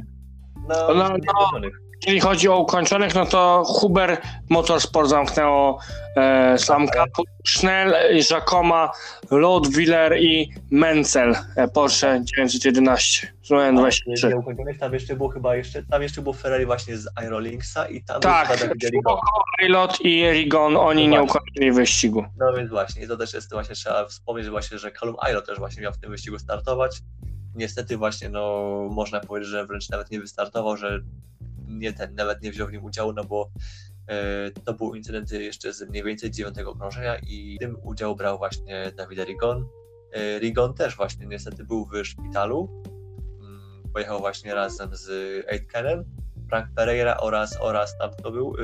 Speaker 1: Jeżeli chodzi o ukończonych, no to Huber Motorsport zamknęło Slamka, Schnell, Jacoma, Lodwiller i Menzel, Porsche 911.
Speaker 2: Nie ukończonych, tam jeszcze było było Ferrari właśnie z Aerolinksa i tam
Speaker 1: tak,
Speaker 2: był chyba Rigon.
Speaker 1: Ailot i Rigon, oni nie ukończyli wyścigu.
Speaker 2: No więc właśnie, i to też jest właśnie, trzeba wspomnieć właśnie, że Callum Ailot też właśnie miał w tym wyścigu startować. Niestety właśnie, no można powiedzieć, że wręcz nawet nie wystartował, że nawet nie wziął w nim udziału, no bo to był incydent jeszcze z mniej więcej 9 okrążenia i w tym udział brał właśnie Davide Rigon. Rigon też właśnie niestety był w szpitalu, pojechał właśnie razem z Aitkenem, Frank Pereira oraz tam to był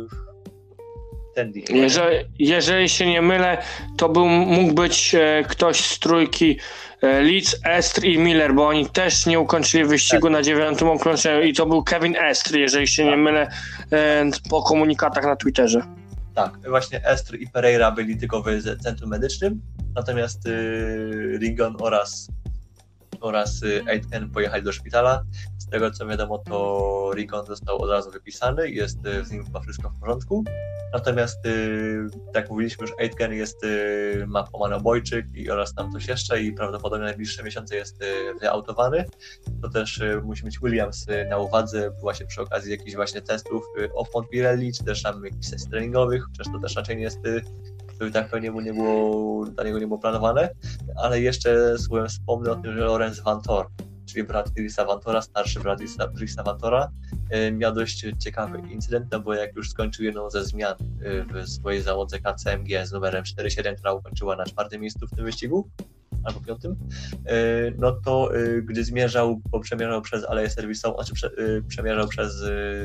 Speaker 2: Tandy.
Speaker 1: Jeżeli się nie mylę, to mógł być ktoś z trójki Leeds, Estr i Miller, bo oni też nie ukończyli wyścigu na 9 okrążeniu i to był Kevin Estr, jeżeli się nie mylę, po komunikatach na Twitterze.
Speaker 2: Tak, właśnie Estr i Pereira byli tylko w centrum medycznym, natomiast Rigon oraz Aitken pojechali do szpitala. Z tego co wiadomo, to Rigon został od razu wypisany i jest z nim chyba wszystko w porządku. Natomiast, tak jak mówiliśmy już, Aitken ma pomanobojczyk oraz tam coś jeszcze i prawdopodobnie najbliższe miesiące jest wyautowany. To też musi mieć Williams na uwadze właśnie przy okazji jakichś właśnie testów opon Pirelli, czy też tam jakichś testów treningowych, chociaż to też raczej nie jest tak pewnie dla niego nie było planowane, ale jeszcze słowem wspomnę o tym, że Lorenz Vanthoor, czyli brat Chrisa Vanthoora, starszy brat Chrisa Vanthoora, miał dość ciekawy incydent, no bo jak już skończył jedną ze zmian w swojej załodze KCMG z numerem 47, która ukończyła na 4. miejscu w tym wyścigu, albo 5, no to gdy przemierzał przez aleję serwisową, przemierzał przez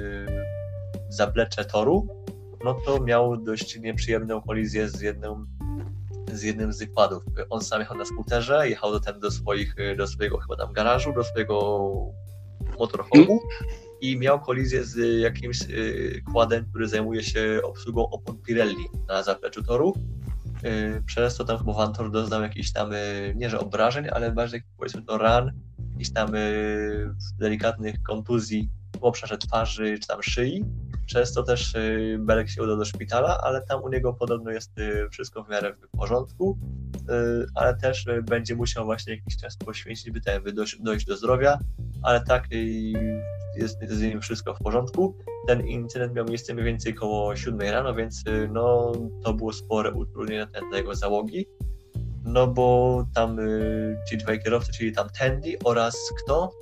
Speaker 2: zaplecze toru, no to miał dość nieprzyjemną kolizję z jednym z wykładów. On sam jechał na skuterze, jechał do swojego chyba tam garażu, do swojego motorhomu i miał kolizję z jakimś kładem, który zajmuje się obsługą opon Pirelli na zapleczu toru. Przez to tam chyba Vanthoor doznał jakichś tam, nie że obrażeń, ale bardziej powiedzmy to ran, jakichś tam delikatnych kontuzji w obszarze twarzy czy tam szyi. Przez to też Belek się udał do szpitala, ale tam u niego podobno jest wszystko w miarę w porządku, ale też będzie musiał właśnie jakiś czas poświęcić, by dojść do zdrowia, ale tak jest z nim wszystko w porządku. Ten incydent miał miejsce mniej więcej koło 7 rano, więc no, to było spore utrudnienie dla jego załogi, no bo tam ci dwaj kierowcy, czyli tam Tandy oraz kto?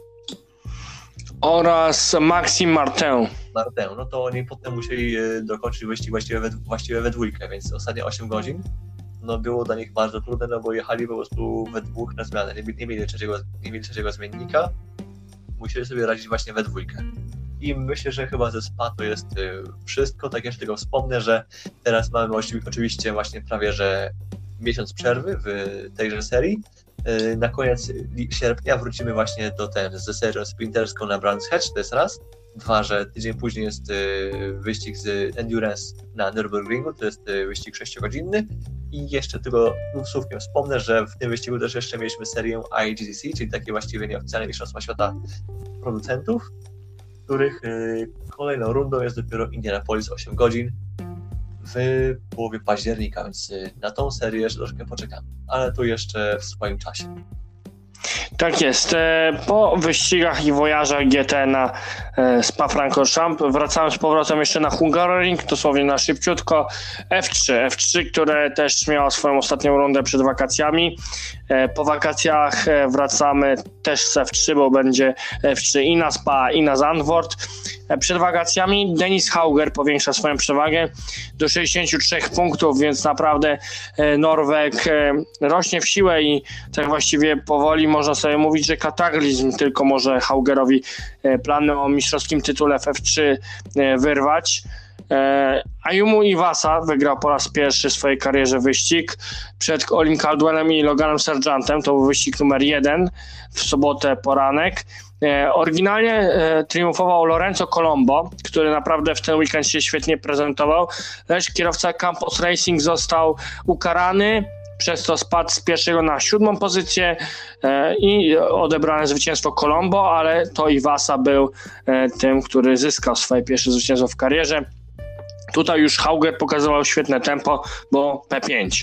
Speaker 1: Oraz Maxime Martin,
Speaker 2: no to oni potem musieli dokończyć wyścig właściwie we dwójkę, więc ostatnie 8 godzin no było dla nich bardzo trudne, no bo jechali po prostu we dwóch na zmianę, nie mieli trzeciego zmiennika, musieli sobie radzić właśnie we dwójkę. I myślę, że chyba ze SPA to jest wszystko. Tak jeszcze tylko wspomnę, że teraz mamy oczywiście właśnie prawie że miesiąc przerwy w tejże serii, Na koniec sierpnia wrócimy właśnie ze serią sprinterską na Brands Hatch, to jest raz. Dwa, że tydzień później jest wyścig z Endurance na Nürburgringu, to jest wyścig 6-godzinny. I jeszcze tylko słówkiem wspomnę, że w tym wyścigu też jeszcze mieliśmy serię IGDC, czyli takie właściwie nieoficjalne mistrzostwa świata producentów, których kolejną rundą jest dopiero Indianapolis 8 godzin w połowie października, więc na tą serię jeszcze troszkę poczekamy, ale to jeszcze w swoim czasie.
Speaker 1: Tak jest. Po wyścigach i wojażach GT na Spa-Francorchamps wracamy z powrotem jeszcze na Hungaroring, dosłownie na szybciutko. F3, które też miało swoją ostatnią rundę przed wakacjami. Po wakacjach wracamy też z F3, bo będzie F3 i na Spa, i na Zandvoort. Przed wakacjami Dennis Hauger powiększa swoją przewagę do 63 punktów, więc naprawdę Norweg rośnie w siłę i tak właściwie powoli można sobie mówić, że kataklizm tylko może Haugerowi plany o mistrzowskim tytule w F3 wyrwać. Ayumu Iwasa wygrał po raz pierwszy w swojej karierze wyścig przed Colin Caldwellem i Loganem Sargentem. To był wyścig numer 1 w sobotę poranek. Oryginalnie triumfował Lorenzo Colombo, który naprawdę w ten weekend się świetnie prezentował, lecz kierowca Campos Racing został ukarany, przez to spadł z 1. na 7. pozycję i odebrane zwycięstwo Colombo, ale to Iwasa był tym, który zyskał swoje pierwsze zwycięstwo w karierze. Tutaj już Hauger pokazywał świetne tempo, bo P5.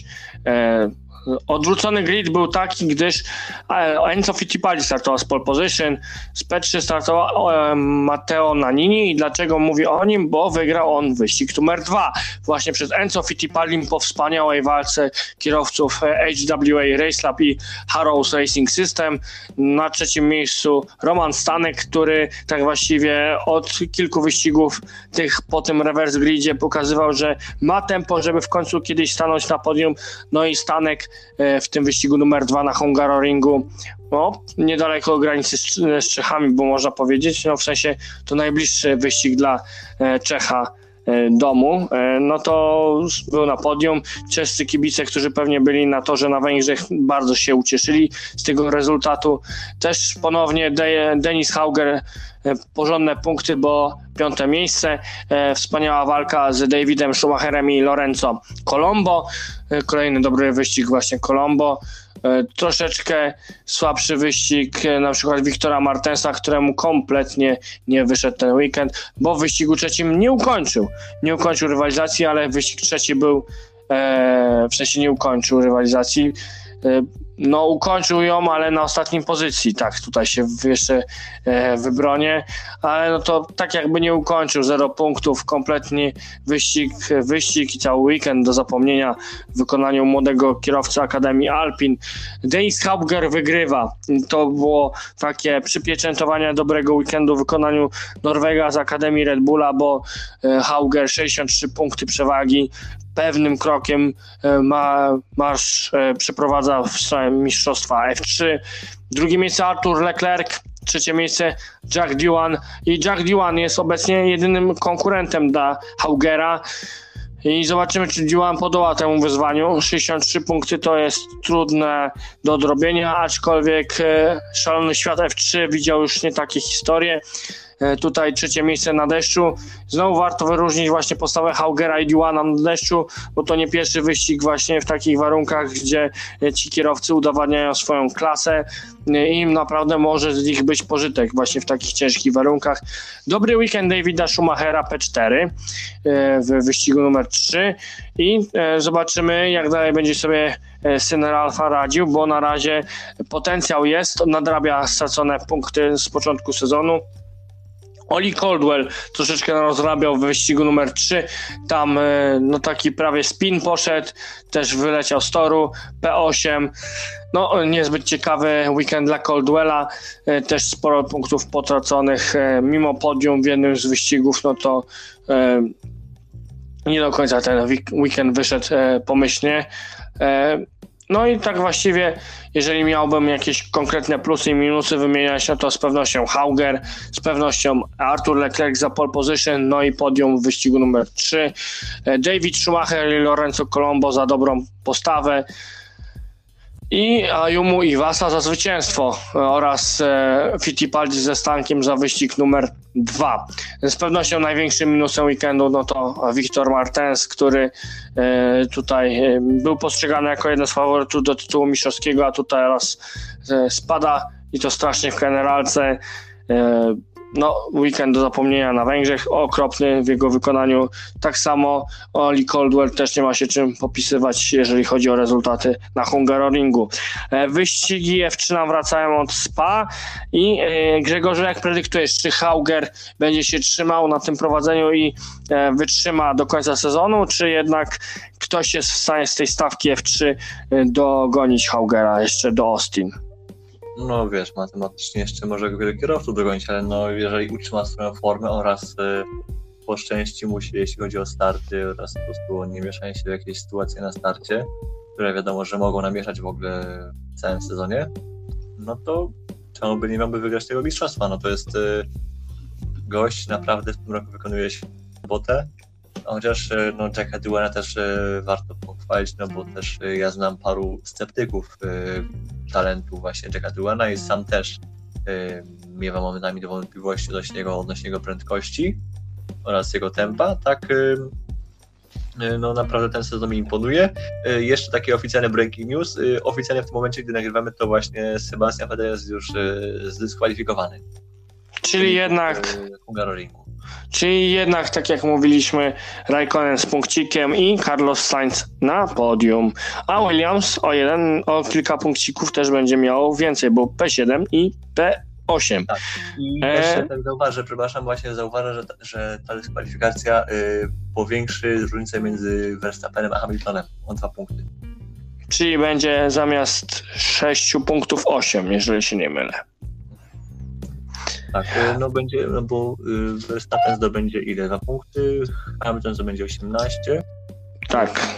Speaker 1: Odwrócony grid był taki, gdyż Enzo Fittipaldi startował z pole position, z P3 startował Matteo Nannini i dlaczego mówię o nim? Bo wygrał on wyścig numer 2 właśnie przez Enzo Fittipaldi po wspaniałej walce kierowców HWA Race Lab i Harrows Racing System. Na 3. miejscu Roman Stanek, który tak właściwie od kilku wyścigów po tym reverse gridzie pokazywał, że ma tempo, żeby w końcu kiedyś stanąć na podium. No i Stanek w tym wyścigu numer 2 na Hungaroringu, niedaleko granicy z Czechami, bo można powiedzieć, w sensie to najbliższy wyścig dla Czecha domu, no to był na podium. Czescy kibice, którzy pewnie byli na torze na Węgrzech, bardzo się ucieszyli z tego rezultatu. Też ponownie Dennis Hauger porządne punkty, bo 5. miejsce. Wspaniała walka z Davidem Schumacherem i Lorenzo Colombo. Kolejny dobry wyścig właśnie Colombo. Troszeczkę słabszy wyścig na przykład Wiktora Martensa, któremu kompletnie nie wyszedł ten weekend, bo w wyścigu 3 nie ukończył rywalizacji, ale wyścig 3 był w sensie nie ukończył rywalizacji. Ukończył ją, ale na ostatniej pozycji, tak, tutaj się jeszcze wybronię, ale to tak jakby nie ukończył, 0 punktów, kompletnie wyścig i cały weekend do zapomnienia w wykonaniu młodego kierowcy Akademii Alpin. Dennis Hauger wygrywa, to było takie przypieczętowanie dobrego weekendu w wykonaniu Norwega z Akademii Red Bulla, bo Hauger 63 punkty przewagi, pewnym krokiem marsz przeprowadza w stronę mistrzostwa F3. 2. miejsce Arthur Leclerc, 3. miejsce Jack Doohan i Jack Doohan jest obecnie jedynym konkurentem dla Haugera i zobaczymy, czy Doohan podoła temu wyzwaniu. 63 punkty to jest trudne do odrobienia, aczkolwiek szalony świat F3 widział już nie takie historie. Tutaj 3. miejsce na deszczu. Znowu warto wyróżnić właśnie postawę Haugera i Doohana na deszczu, bo to nie pierwszy wyścig właśnie w takich warunkach, gdzie ci kierowcy udowadniają swoją klasę i naprawdę może z nich być pożytek właśnie w takich ciężkich warunkach. Dobry weekend Davida Schumachera P4 w wyścigu numer 3 i zobaczymy, jak dalej będzie sobie syn Ralfa radził, bo na razie potencjał jest, nadrabia stracone punkty z początku sezonu. Oli Caldwell troszeczkę rozrabiał w wyścigu numer 3, tam taki prawie spin poszedł, też wyleciał z toru, P8, niezbyt ciekawy weekend dla Caldwella, też sporo punktów potraconych mimo podium w jednym z wyścigów, to nie do końca ten weekend wyszedł pomyślnie. I tak właściwie, jeżeli miałbym jakieś konkretne plusy i minusy wymieniać, to z pewnością Hauger, z pewnością Arthur Leclerc za pole position, i podium w wyścigu numer 3. David Schumacher i Lorenzo Colombo za dobrą postawę. I Ayumu Iwasa za zwycięstwo oraz Fittipaldi ze Stankiem za wyścig numer 2. Z pewnością największym minusem weekendu no to Victor Martens, który tutaj był postrzegany jako jeden z faworytów do tytułu mistrzowskiego, a tutaj teraz spada i to strasznie w generalce. No, weekend do zapomnienia na Węgrzech, okropny w jego wykonaniu. Tak samo Oli Caldwell też nie ma się czym popisywać, jeżeli chodzi o rezultaty na Hungaroringu. Wyścigi F3 nam wracają od Spa i Grzegorzu, jak predykujesz, czy Hauger będzie się trzymał na tym prowadzeniu i wytrzyma do końca sezonu, czy jednak ktoś jest w stanie z tej stawki F3 dogonić Haugera jeszcze do Austin?
Speaker 2: No wiesz, matematycznie jeszcze może wiele kierowców dogonić, ale no jeżeli utrzyma swoją formę oraz poszczęści musi, jeśli chodzi o starty oraz po prostu nie mieszanie się w jakieś sytuacje na starcie, które wiadomo, że mogą namieszać w ogóle w całym sezonie, no to czemu by nie miałby wygrać tego mistrzostwa? No to jest gość naprawdę w tym roku wykonuje się robotę, chociaż no Jacka Dewena też warto pochwalić, no bo też ja znam paru sceptyków talentu właśnie Jacka Dewena i sam też miewa momentami do wątpliwości odnośnie jego prędkości oraz jego tempa, tak no naprawdę ten sezon mi imponuje. Jeszcze taki oficjalny breaking news, oficjalnie w tym momencie, gdy nagrywamy, to właśnie Sebastian Vettel jest już zdyskwalifikowany.
Speaker 1: Czyli jednak
Speaker 2: Hungaroringu.
Speaker 1: Czyli jednak, tak jak mówiliśmy, Raikkonen z punkcikiem i Carlos Sainz na podium. A Williams o kilka punkcików też będzie miał więcej, bo P7 i P8.
Speaker 2: Tak. I jeszcze tak zauważę, że ta dyskwalifikacja powiększy różnicę między Verstappenem a Hamiltonem o 2 punkty.
Speaker 1: Czyli będzie zamiast 6 punktów 8, jeżeli się nie mylę.
Speaker 2: Tak, no będzie, no bo Verstappen zdobędzie ile? 2 punkty, Hamilton zdobędzie 18.
Speaker 1: Tak.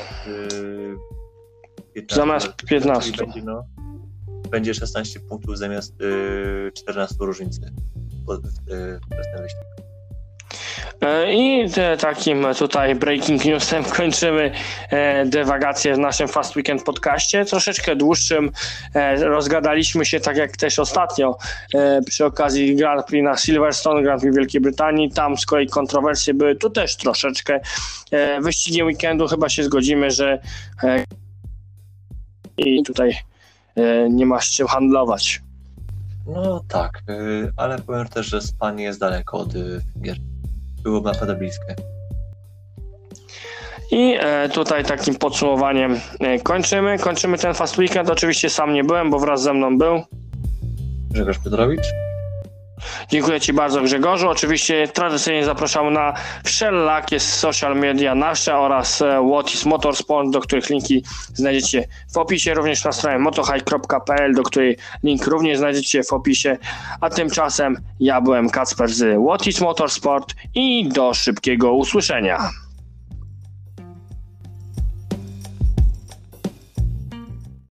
Speaker 2: 15,
Speaker 1: zamiast 15.
Speaker 2: Będzie 16 punktów zamiast 14 różnicy w następnym wyścigu.
Speaker 1: I takim tutaj breaking newsem kończymy dywagację w naszym Fast Weekend podcaście. Troszeczkę dłuższym, rozgadaliśmy się, tak jak też ostatnio przy okazji Grand Prix na Silverstone, Grand Prix Wielkiej Brytanii. Tam z kolei kontrowersje były, tu też troszeczkę. Wyścigiem weekendu chyba się zgodzimy, że i tutaj nie ma z czym handlować.
Speaker 2: No tak, ale powiem też, że Spa nie jest daleko od gier. Było naprawdę bliskie.
Speaker 1: I tutaj takim podsumowaniem kończymy ten Fast Weekend. Oczywiście sam nie byłem, bo wraz ze mną był
Speaker 2: Grzegorz Piotrowicz.
Speaker 1: Dziękuję Ci bardzo, Grzegorzu. Oczywiście tradycyjnie zapraszamy na wszelakie social media nasze oraz What is Motorsport, do których linki znajdziecie w opisie, również na stronie motohike.pl, do której link również znajdziecie w opisie. A tymczasem ja byłem Kacper z What is Motorsport i do szybkiego usłyszenia.